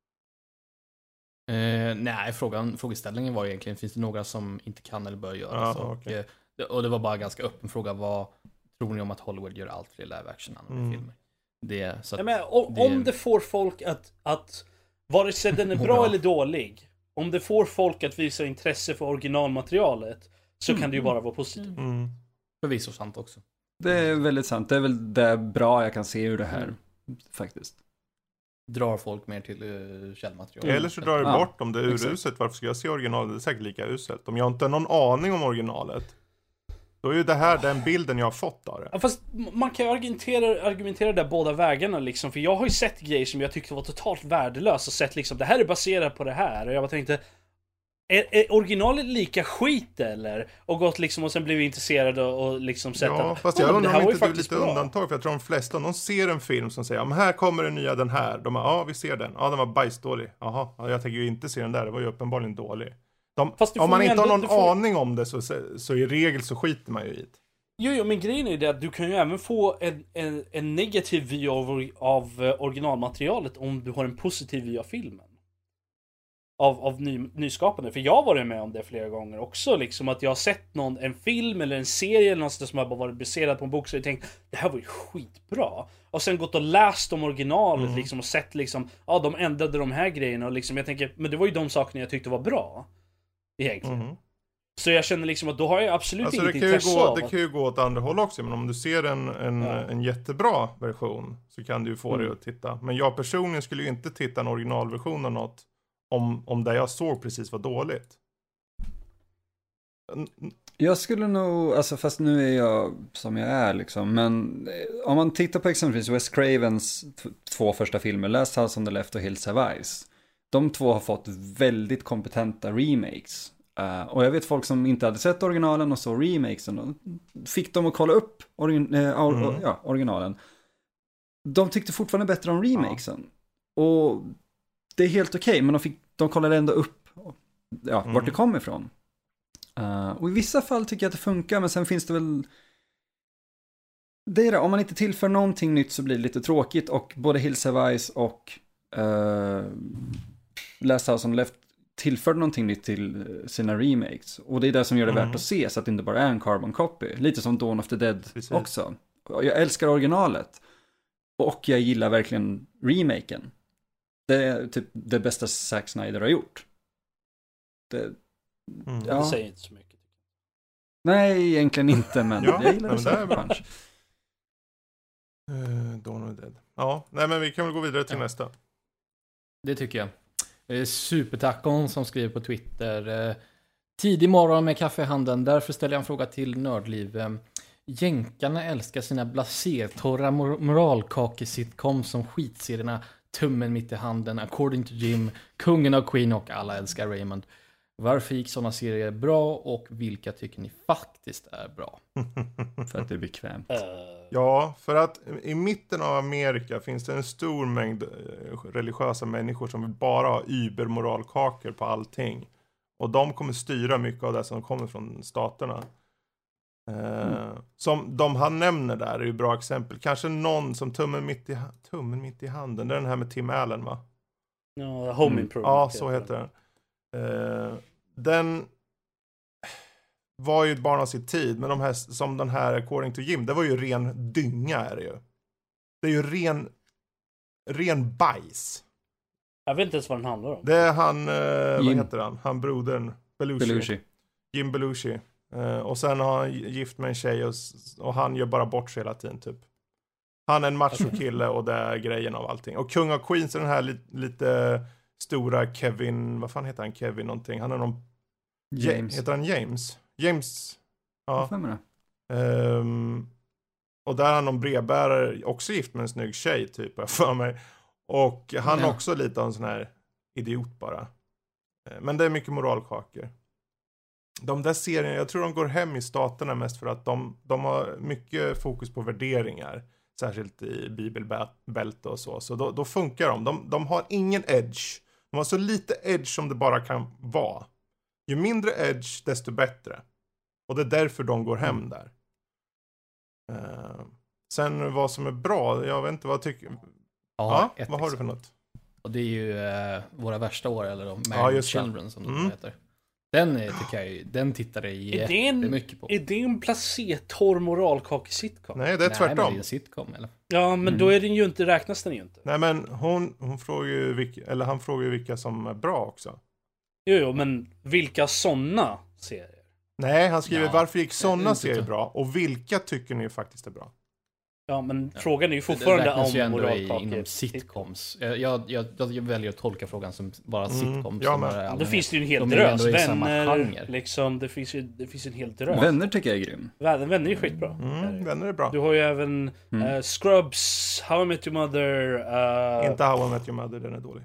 Eh, nej, frågan, frågeställningen var egentligen, finns det några som inte kan eller bör göra ja, så? okay. Och, och det var bara en ganska öppen fråga. Vad tror ni om att Hollywood gör allt fler live action mm. filmer? Det, så ja, men, om, det... om det får folk att, att vare sig den är bra eller dålig, om det får folk att visa intresse för originalmaterialet, så mm. kan det ju bara vara positivt. Mm. Förvisso sant också. Det är väldigt sant. Det är väl det bra jag kan se ur det här, mm. faktiskt. Drar folk mer till uh, källmaterial. Eller så drar det ja, bort om det är uruset. Varför ska jag se originalet? Det är säkert lika uselt. Om jag inte har någon aning om originalet, då är ju det här den bilden jag har fått av det. Ja, fast man kan ju argumentera, argumentera där båda vägarna liksom. För jag har ju sett grejer som jag tyckte var totalt värdelösa. Och sett liksom, det här är baserat på det här. Och jag bara tänkte... Är, är originalet lika skit eller? Och gått liksom och sen blivit intresserad och, och liksom sett ja, att... fast jag undrar om inte du är lite bra. undantag. För jag tror de flesta, om de ser en film som säger, ja men här kommer den nya, den här. De bara, ja vi ser den. Ja den var bajsdålig. Jaha, ja, jag tänker ju inte se den där. Det var ju uppenbarligen dålig. De, om man inte ändå, har någon får... aning om det så, så i regel så skiter man ju i det. Jo, jo, men grejen är det att du kan ju även få en, en, en negativ vy av, av originalmaterialet om du har en positiv vy av filmen. Av, av ny, nyskapande. För jag har varit med om det flera gånger också. Liksom att jag har sett någon, en film eller en serie eller någonstans som har bara varit baserad på en bok. Så jag tänkt, det här var ju skitbra. Och sen gått och läst om originalet mm. liksom, och sett liksom, ja de ändrade de här grejerna. Och liksom, jag tänker, men det var ju de sakerna jag tyckte var bra. Egentligen. Mm. Så jag känner liksom att då har jag absolut alltså, inget det kan intresse ju gå, av det att... kan ju gå åt andra håll också. Men om du ser en, en, ja. en jättebra version så kan du ju få mm. det att titta. Men jag personligen skulle ju inte titta en originalversion av något Om, om det jag såg precis var dåligt. Jag skulle nog, alltså fast nu är jag som jag är liksom, men om man tittar på exempelvis Wes Cravens t- två första filmer, Last House on the Left och Hills Have Eyes. De två har fått väldigt kompetenta remakes. Uh, och jag vet folk som inte hade sett originalen och så remakesen, och fick dem att kolla upp origin- äh, or- mm. ja, originalen. De tyckte fortfarande bättre om remakesen. Ja. Och det är helt okej, okay, men de, fick, de kollade ändå upp ja, mm. vart det kom ifrån. Uh, och i vissa fall tycker jag att det funkar, men sen finns det väl... Det är det, om man inte tillför någonting nytt så blir det lite tråkigt, och både Hills Have Eyes och uh, Last House on the Left tillförde någonting nytt till sina remakes. Och det är det som gör det mm. värt att se, så att det inte bara är en carbon copy. Lite som Dawn of the Dead Precis. Också. Jag älskar originalet. Och jag gillar verkligen remaken. Det är typ det bästa Zack Snyder har gjort. Det, mm. ja. det säger inte så mycket. Nej, egentligen inte, men ja, jag gillar men det, det är bra. Uh, Dawn of the Dead. Ja, nej men vi kan väl gå vidare till ja. nästa. Det tycker jag. Supertackon som skriver på Twitter. Tidig morgon med kaffe i handen. Därför ställer jag en fråga till Nördliv. Jänkarna älskar sina blasé-torra mor- moralkake-sitcom som skitserierna Tummen mitt i handen, According to Jim, Kungen av Queen och Alla älskar Raymond. Varför gick sådana serier bra och vilka tycker ni faktiskt är bra? För att det är bekvämt. Uh, Ja, för att i mitten av Amerika finns det en stor mängd eh, religiösa människor som vill bara ha übermoralkakor på allting. Och de kommer styra mycket av det som kommer från staterna. Eh, mm. Som de han nämner där är ju bra exempel. Kanske någon som tummen mitt i, tummen mitt i handen. Det är den här med Tim Allen, va? Ja, Home Mm. Improvement. Ja, så heter den. Eh, den var ju ett barn av sin tid. Men de här, som den här According to Jim, det var ju ren dynga är det ju. Det är ju ren, ren bajs. Jag vet inte ens vad den handlar om. Det är han, eh, vad Jim. heter han? Han brodern. Belushi. Belushi. Jim Belushi. Eh, och sen har han gift med en tjej och, och han gör bara bort sig hela tiden typ. Han är en macho-kille och det är grejen av allting. Och Kung av Queens är den här li- lite stora Kevin, vad fan heter han? Kevin någonting. Han är någon... James. Heter han James? James. Vad Ja. fan med det? Um, och där är han någon brevbärare, också gift med en snygg tjej typ, jag för mig. Och han är Ja. också lite av en sån här idiot bara. Eh, Men det är mycket moralkakor. De där serierna, jag tror de går hem i staterna mest för att de, de har mycket fokus på värderingar. Särskilt i bibelbälte och så. Så då, då funkar de. de. De har ingen edge. De har så lite edge som det bara kan vara. Ju mindre edge, desto bättre. Och det är därför de går hem Mm. där. Uh, sen vad som är bra, jag vet inte vad tycker... Ja, ett vad har du för exempel. något? Och det är ju eh, Våra värsta år, eller då, Ja, Married just det. Children som Mm. de heter. Den eh, tycker jag ju, den tittar jag Är det en- jättemycket på. Är det en placé-torr moralkake-sitcom? Nej, det är Nej, men det är tvärtom. en sitcom, eller? Ja, men Mm. då är den ju inte, räknas den ju inte. Nej, men hon, hon frågar ju vilka, eller han frågar ju vilka som är bra också. Jo, jo, men vilka såna serier? Nej, han skriver Ja, varför gick det är sådana inte serier så. bra? Och vilka tycker ni faktiskt är bra? Ja, men Ja. frågan är ju Det fortfarande räknas ju om ändå i, moralkake. inom sitcoms. Jag, jag, jag, jag väljer att tolka frågan som bara Mm, sitcoms. jag som med. bara Då allmänhet. finns det ju en hel De är ju drös. ändå i samma Vänner, genre. liksom. Det finns ju, det finns ju en hel drös. Vänner tycker jag är grym. Vänner, Vänner är ju skitbra. Mm, vänner är bra. Du har ju även Mm. eh, Scrubs, How I Met Your Mother. eh, Inte How I Met Your Mother, den är dålig.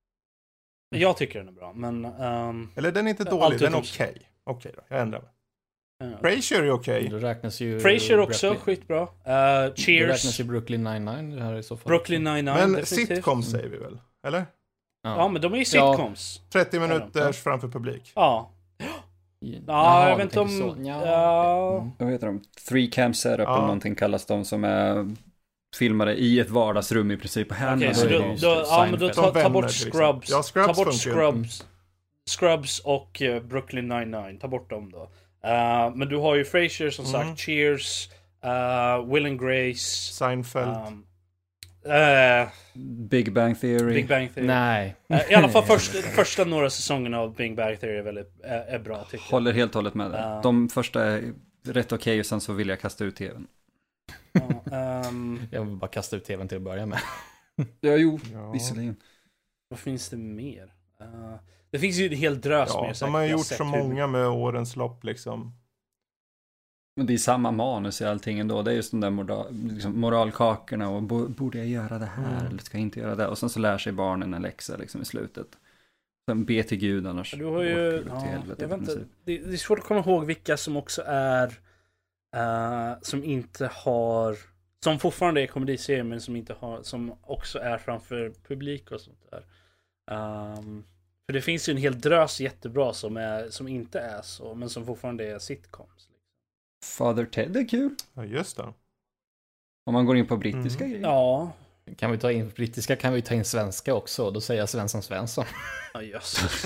Jag tycker den är bra, men... ehm, Eller den är inte Ja, dålig, allt den är utom- okej. Okej då, jag ändrar mig. ja. Frasier är okej. Då räknas ju... Frasier också, Brooklyn- skitbra. Uh, Då räknas Cheers, ju Brooklyn nine-nine det här i så fall. Brooklyn Nine-Nine, Men definitivt. sitcoms säger vi väl? Eller? Ja, men de är ju Ja. sitcoms. trettio Ja. minuters framför publik. Ja. Ja, Ja, jag vet inte om... Så. Ja. Ja. Mm. Vad heter de? Three cam setup Ja. eller någonting kallas de som är filmade i ett vardagsrum i princip. Och här Okej, är så det då, ju då, ja, men då Seinfeld. ta, Som ta vänner, bort till exempel. Scrubs. Ja, Scrubs ta bort funkar ju. Scrubs. Scrubs och eh, Brooklyn Nine-Nine. Ta bort dem då. Eh, men du har ju Frasier som Mm. sagt, Cheers, uh, Will and Grace. Seinfeld. Um, eh, Big Bang Theory. Big Bang Theory. Nej. Eh, I alla fall först, första några säsongerna av Big Bang Theory är väldigt är, är bra tycker jag. Håller helt och hållet med dig. Ja. De första är rätt okej och sen så vill jag kasta ut tvn. Ja, ehm, Jag vill bara kasta ut tvn till att börja med. Ja, jo, Ja. visserligen. vad finns det mer? Eh, det finns ju en hel drös Ja, mer. de har ju gjort så många med årens lopp liksom. Men det är samma manus i allting ändå. Det är just de där moral, liksom, moralkakorna och bo, borde jag göra det här Mm. eller ska jag inte göra det? Och sen så lär sig barnen en läxa liksom i slutet. Sen be till Gud annars. Du har ju... åker du Ja, till helvete jag i vet inte, princip. det, det är svårt att komma ihåg vilka som också är... eh, som inte har... Som fortfarande är komediserier men som inte har... Som också är framför publik och sånt där. Ehm, för det finns ju en hel drös jättebra som, är, som inte är så. Men som fortfarande är sitcoms. Father Ted är kul. Ja, just det. Om man går in på brittiska Mm. grejer. Ja. Kan vi ta in brittiska kan vi ta in svenska också. Då säger jag Svensson Svensson. Ja, jösses.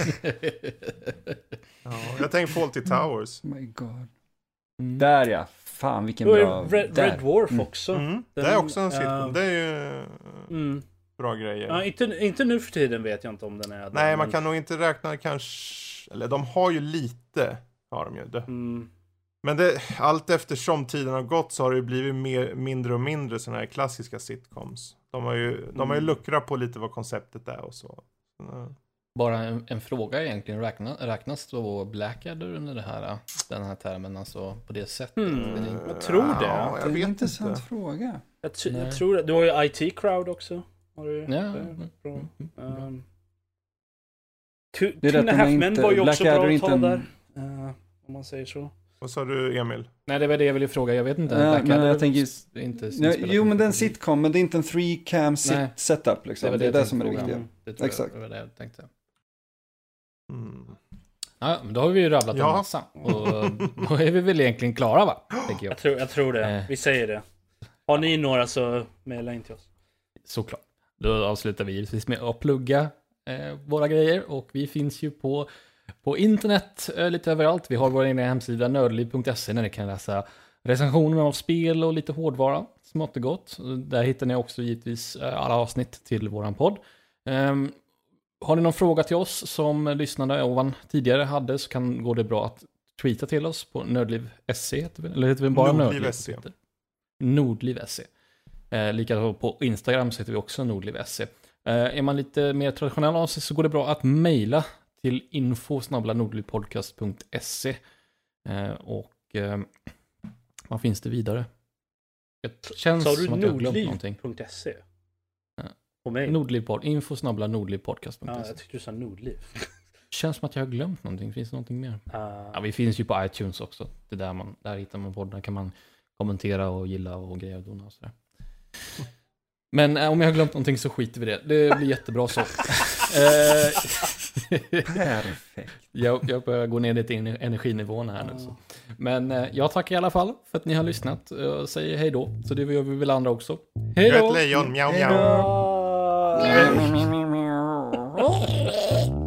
Ja, jag tänker Fawlty Towers. Oh my god. Mm. Där ja. Fan vilken Då är bra... Red, där. Red Dwarf Mm. också. Mm. Det Den, är också en sitcom. eh, Det är ju Mm. bra grejer. Ja, inte, inte nu för tiden vet jag inte om den är. Nej, man men- kan nog inte räkna kanske... Eller de har ju lite, har de ju. Det. Mm. Men det, allt eftersom tiden har gått så har det ju blivit mer, mindre och mindre sådana här klassiska sitcoms. De har ju, de har ju Mm. luckrat på lite vad konceptet är och så. Ja. Bara en, en fråga egentligen. Räkna, räknas då Blackadder under det här, den här termen, alltså på det sättet? Mm, jag tror det. Ja, Det jag är vet en intressant inte. fråga. Jag, t- Nej. jag tror det. Du har ju I T Crowd också. Har du? Ja. Det är Mm. bra. Mm. Um, Two, Det är two and rätt, a de är half men inte- var ju också Blackadder bra är att inte ta en- där. Uh, om man säger så. Vad sa du, Emil? Nej, det var det jag ville fråga. Jag vet inte. Ja, Blackadder men jag tänker- är inte Ja, jo, men den sitcom, men det är inte en three cam sit- Nej. setup liksom. Det, var är jag det tänkte som är det fråga. viktiga. Mm. Det tror Exakt. Jag, det var det jag tänkte. Mm. Ja, men då har vi ju rabblat Ja. en massa. Och då är vi väl egentligen klara, va? Tänker jag. Jag tror, jag tror det. Eh. Vi säger det. Har ni några så mejla in till oss. Såklart. Då avslutar vi givetvis med att plugga eh, våra grejer. Och vi finns ju på, på internet eh, lite överallt. Vi har vår egen hemsida nördliv punkt se där ni kan läsa recensioner av spel och lite hårdvara. Smått och gott. Där hittar ni också givetvis eh, alla avsnitt till våran podd. Um, har ni någon fråga till oss som lyssnade ovan tidigare hade, så kan gå det bra att tweeta till oss på nördliv punkt se heter vi, eller heter vi bara Nordliv nördliv punkt se. Nordliv punkt se. Eh, likaså på Instagram så heter vi också nordliv punkt se. Eh, är man lite mer traditionell av sig så går det bra att mejla till info snabel-a nordlivpodcast punkt se. Eh, och eh, vad finns det vidare? Det känns Sa du som att jag har glömt någonting. nordliv punkt se? Ja. På mig? Nordlivpodd, info snabel-a nordlivpodcast punkt Ja, se. jag tyckte du sa Nordliv. Känns som att jag har glömt någonting. Finns det någonting mer? Uh, Ja, vi finns ju på iTunes också. Det där, man, där hittar man poddar. Kan man kommentera och gilla och grejer och dona och sådär. Men eh, om jag har glömt någonting så skiter vi det. Det blir jättebra så. Eh, Perfekt. jag, jag börjar gå ner lite i energinivån här nu. Så. Men eh, jag tackar i alla fall för att ni har lyssnat. Jag säger hej då. Så det gör vi väl andra också. Hej Jag är då! ett lejon, mjau Hej mjau. uh,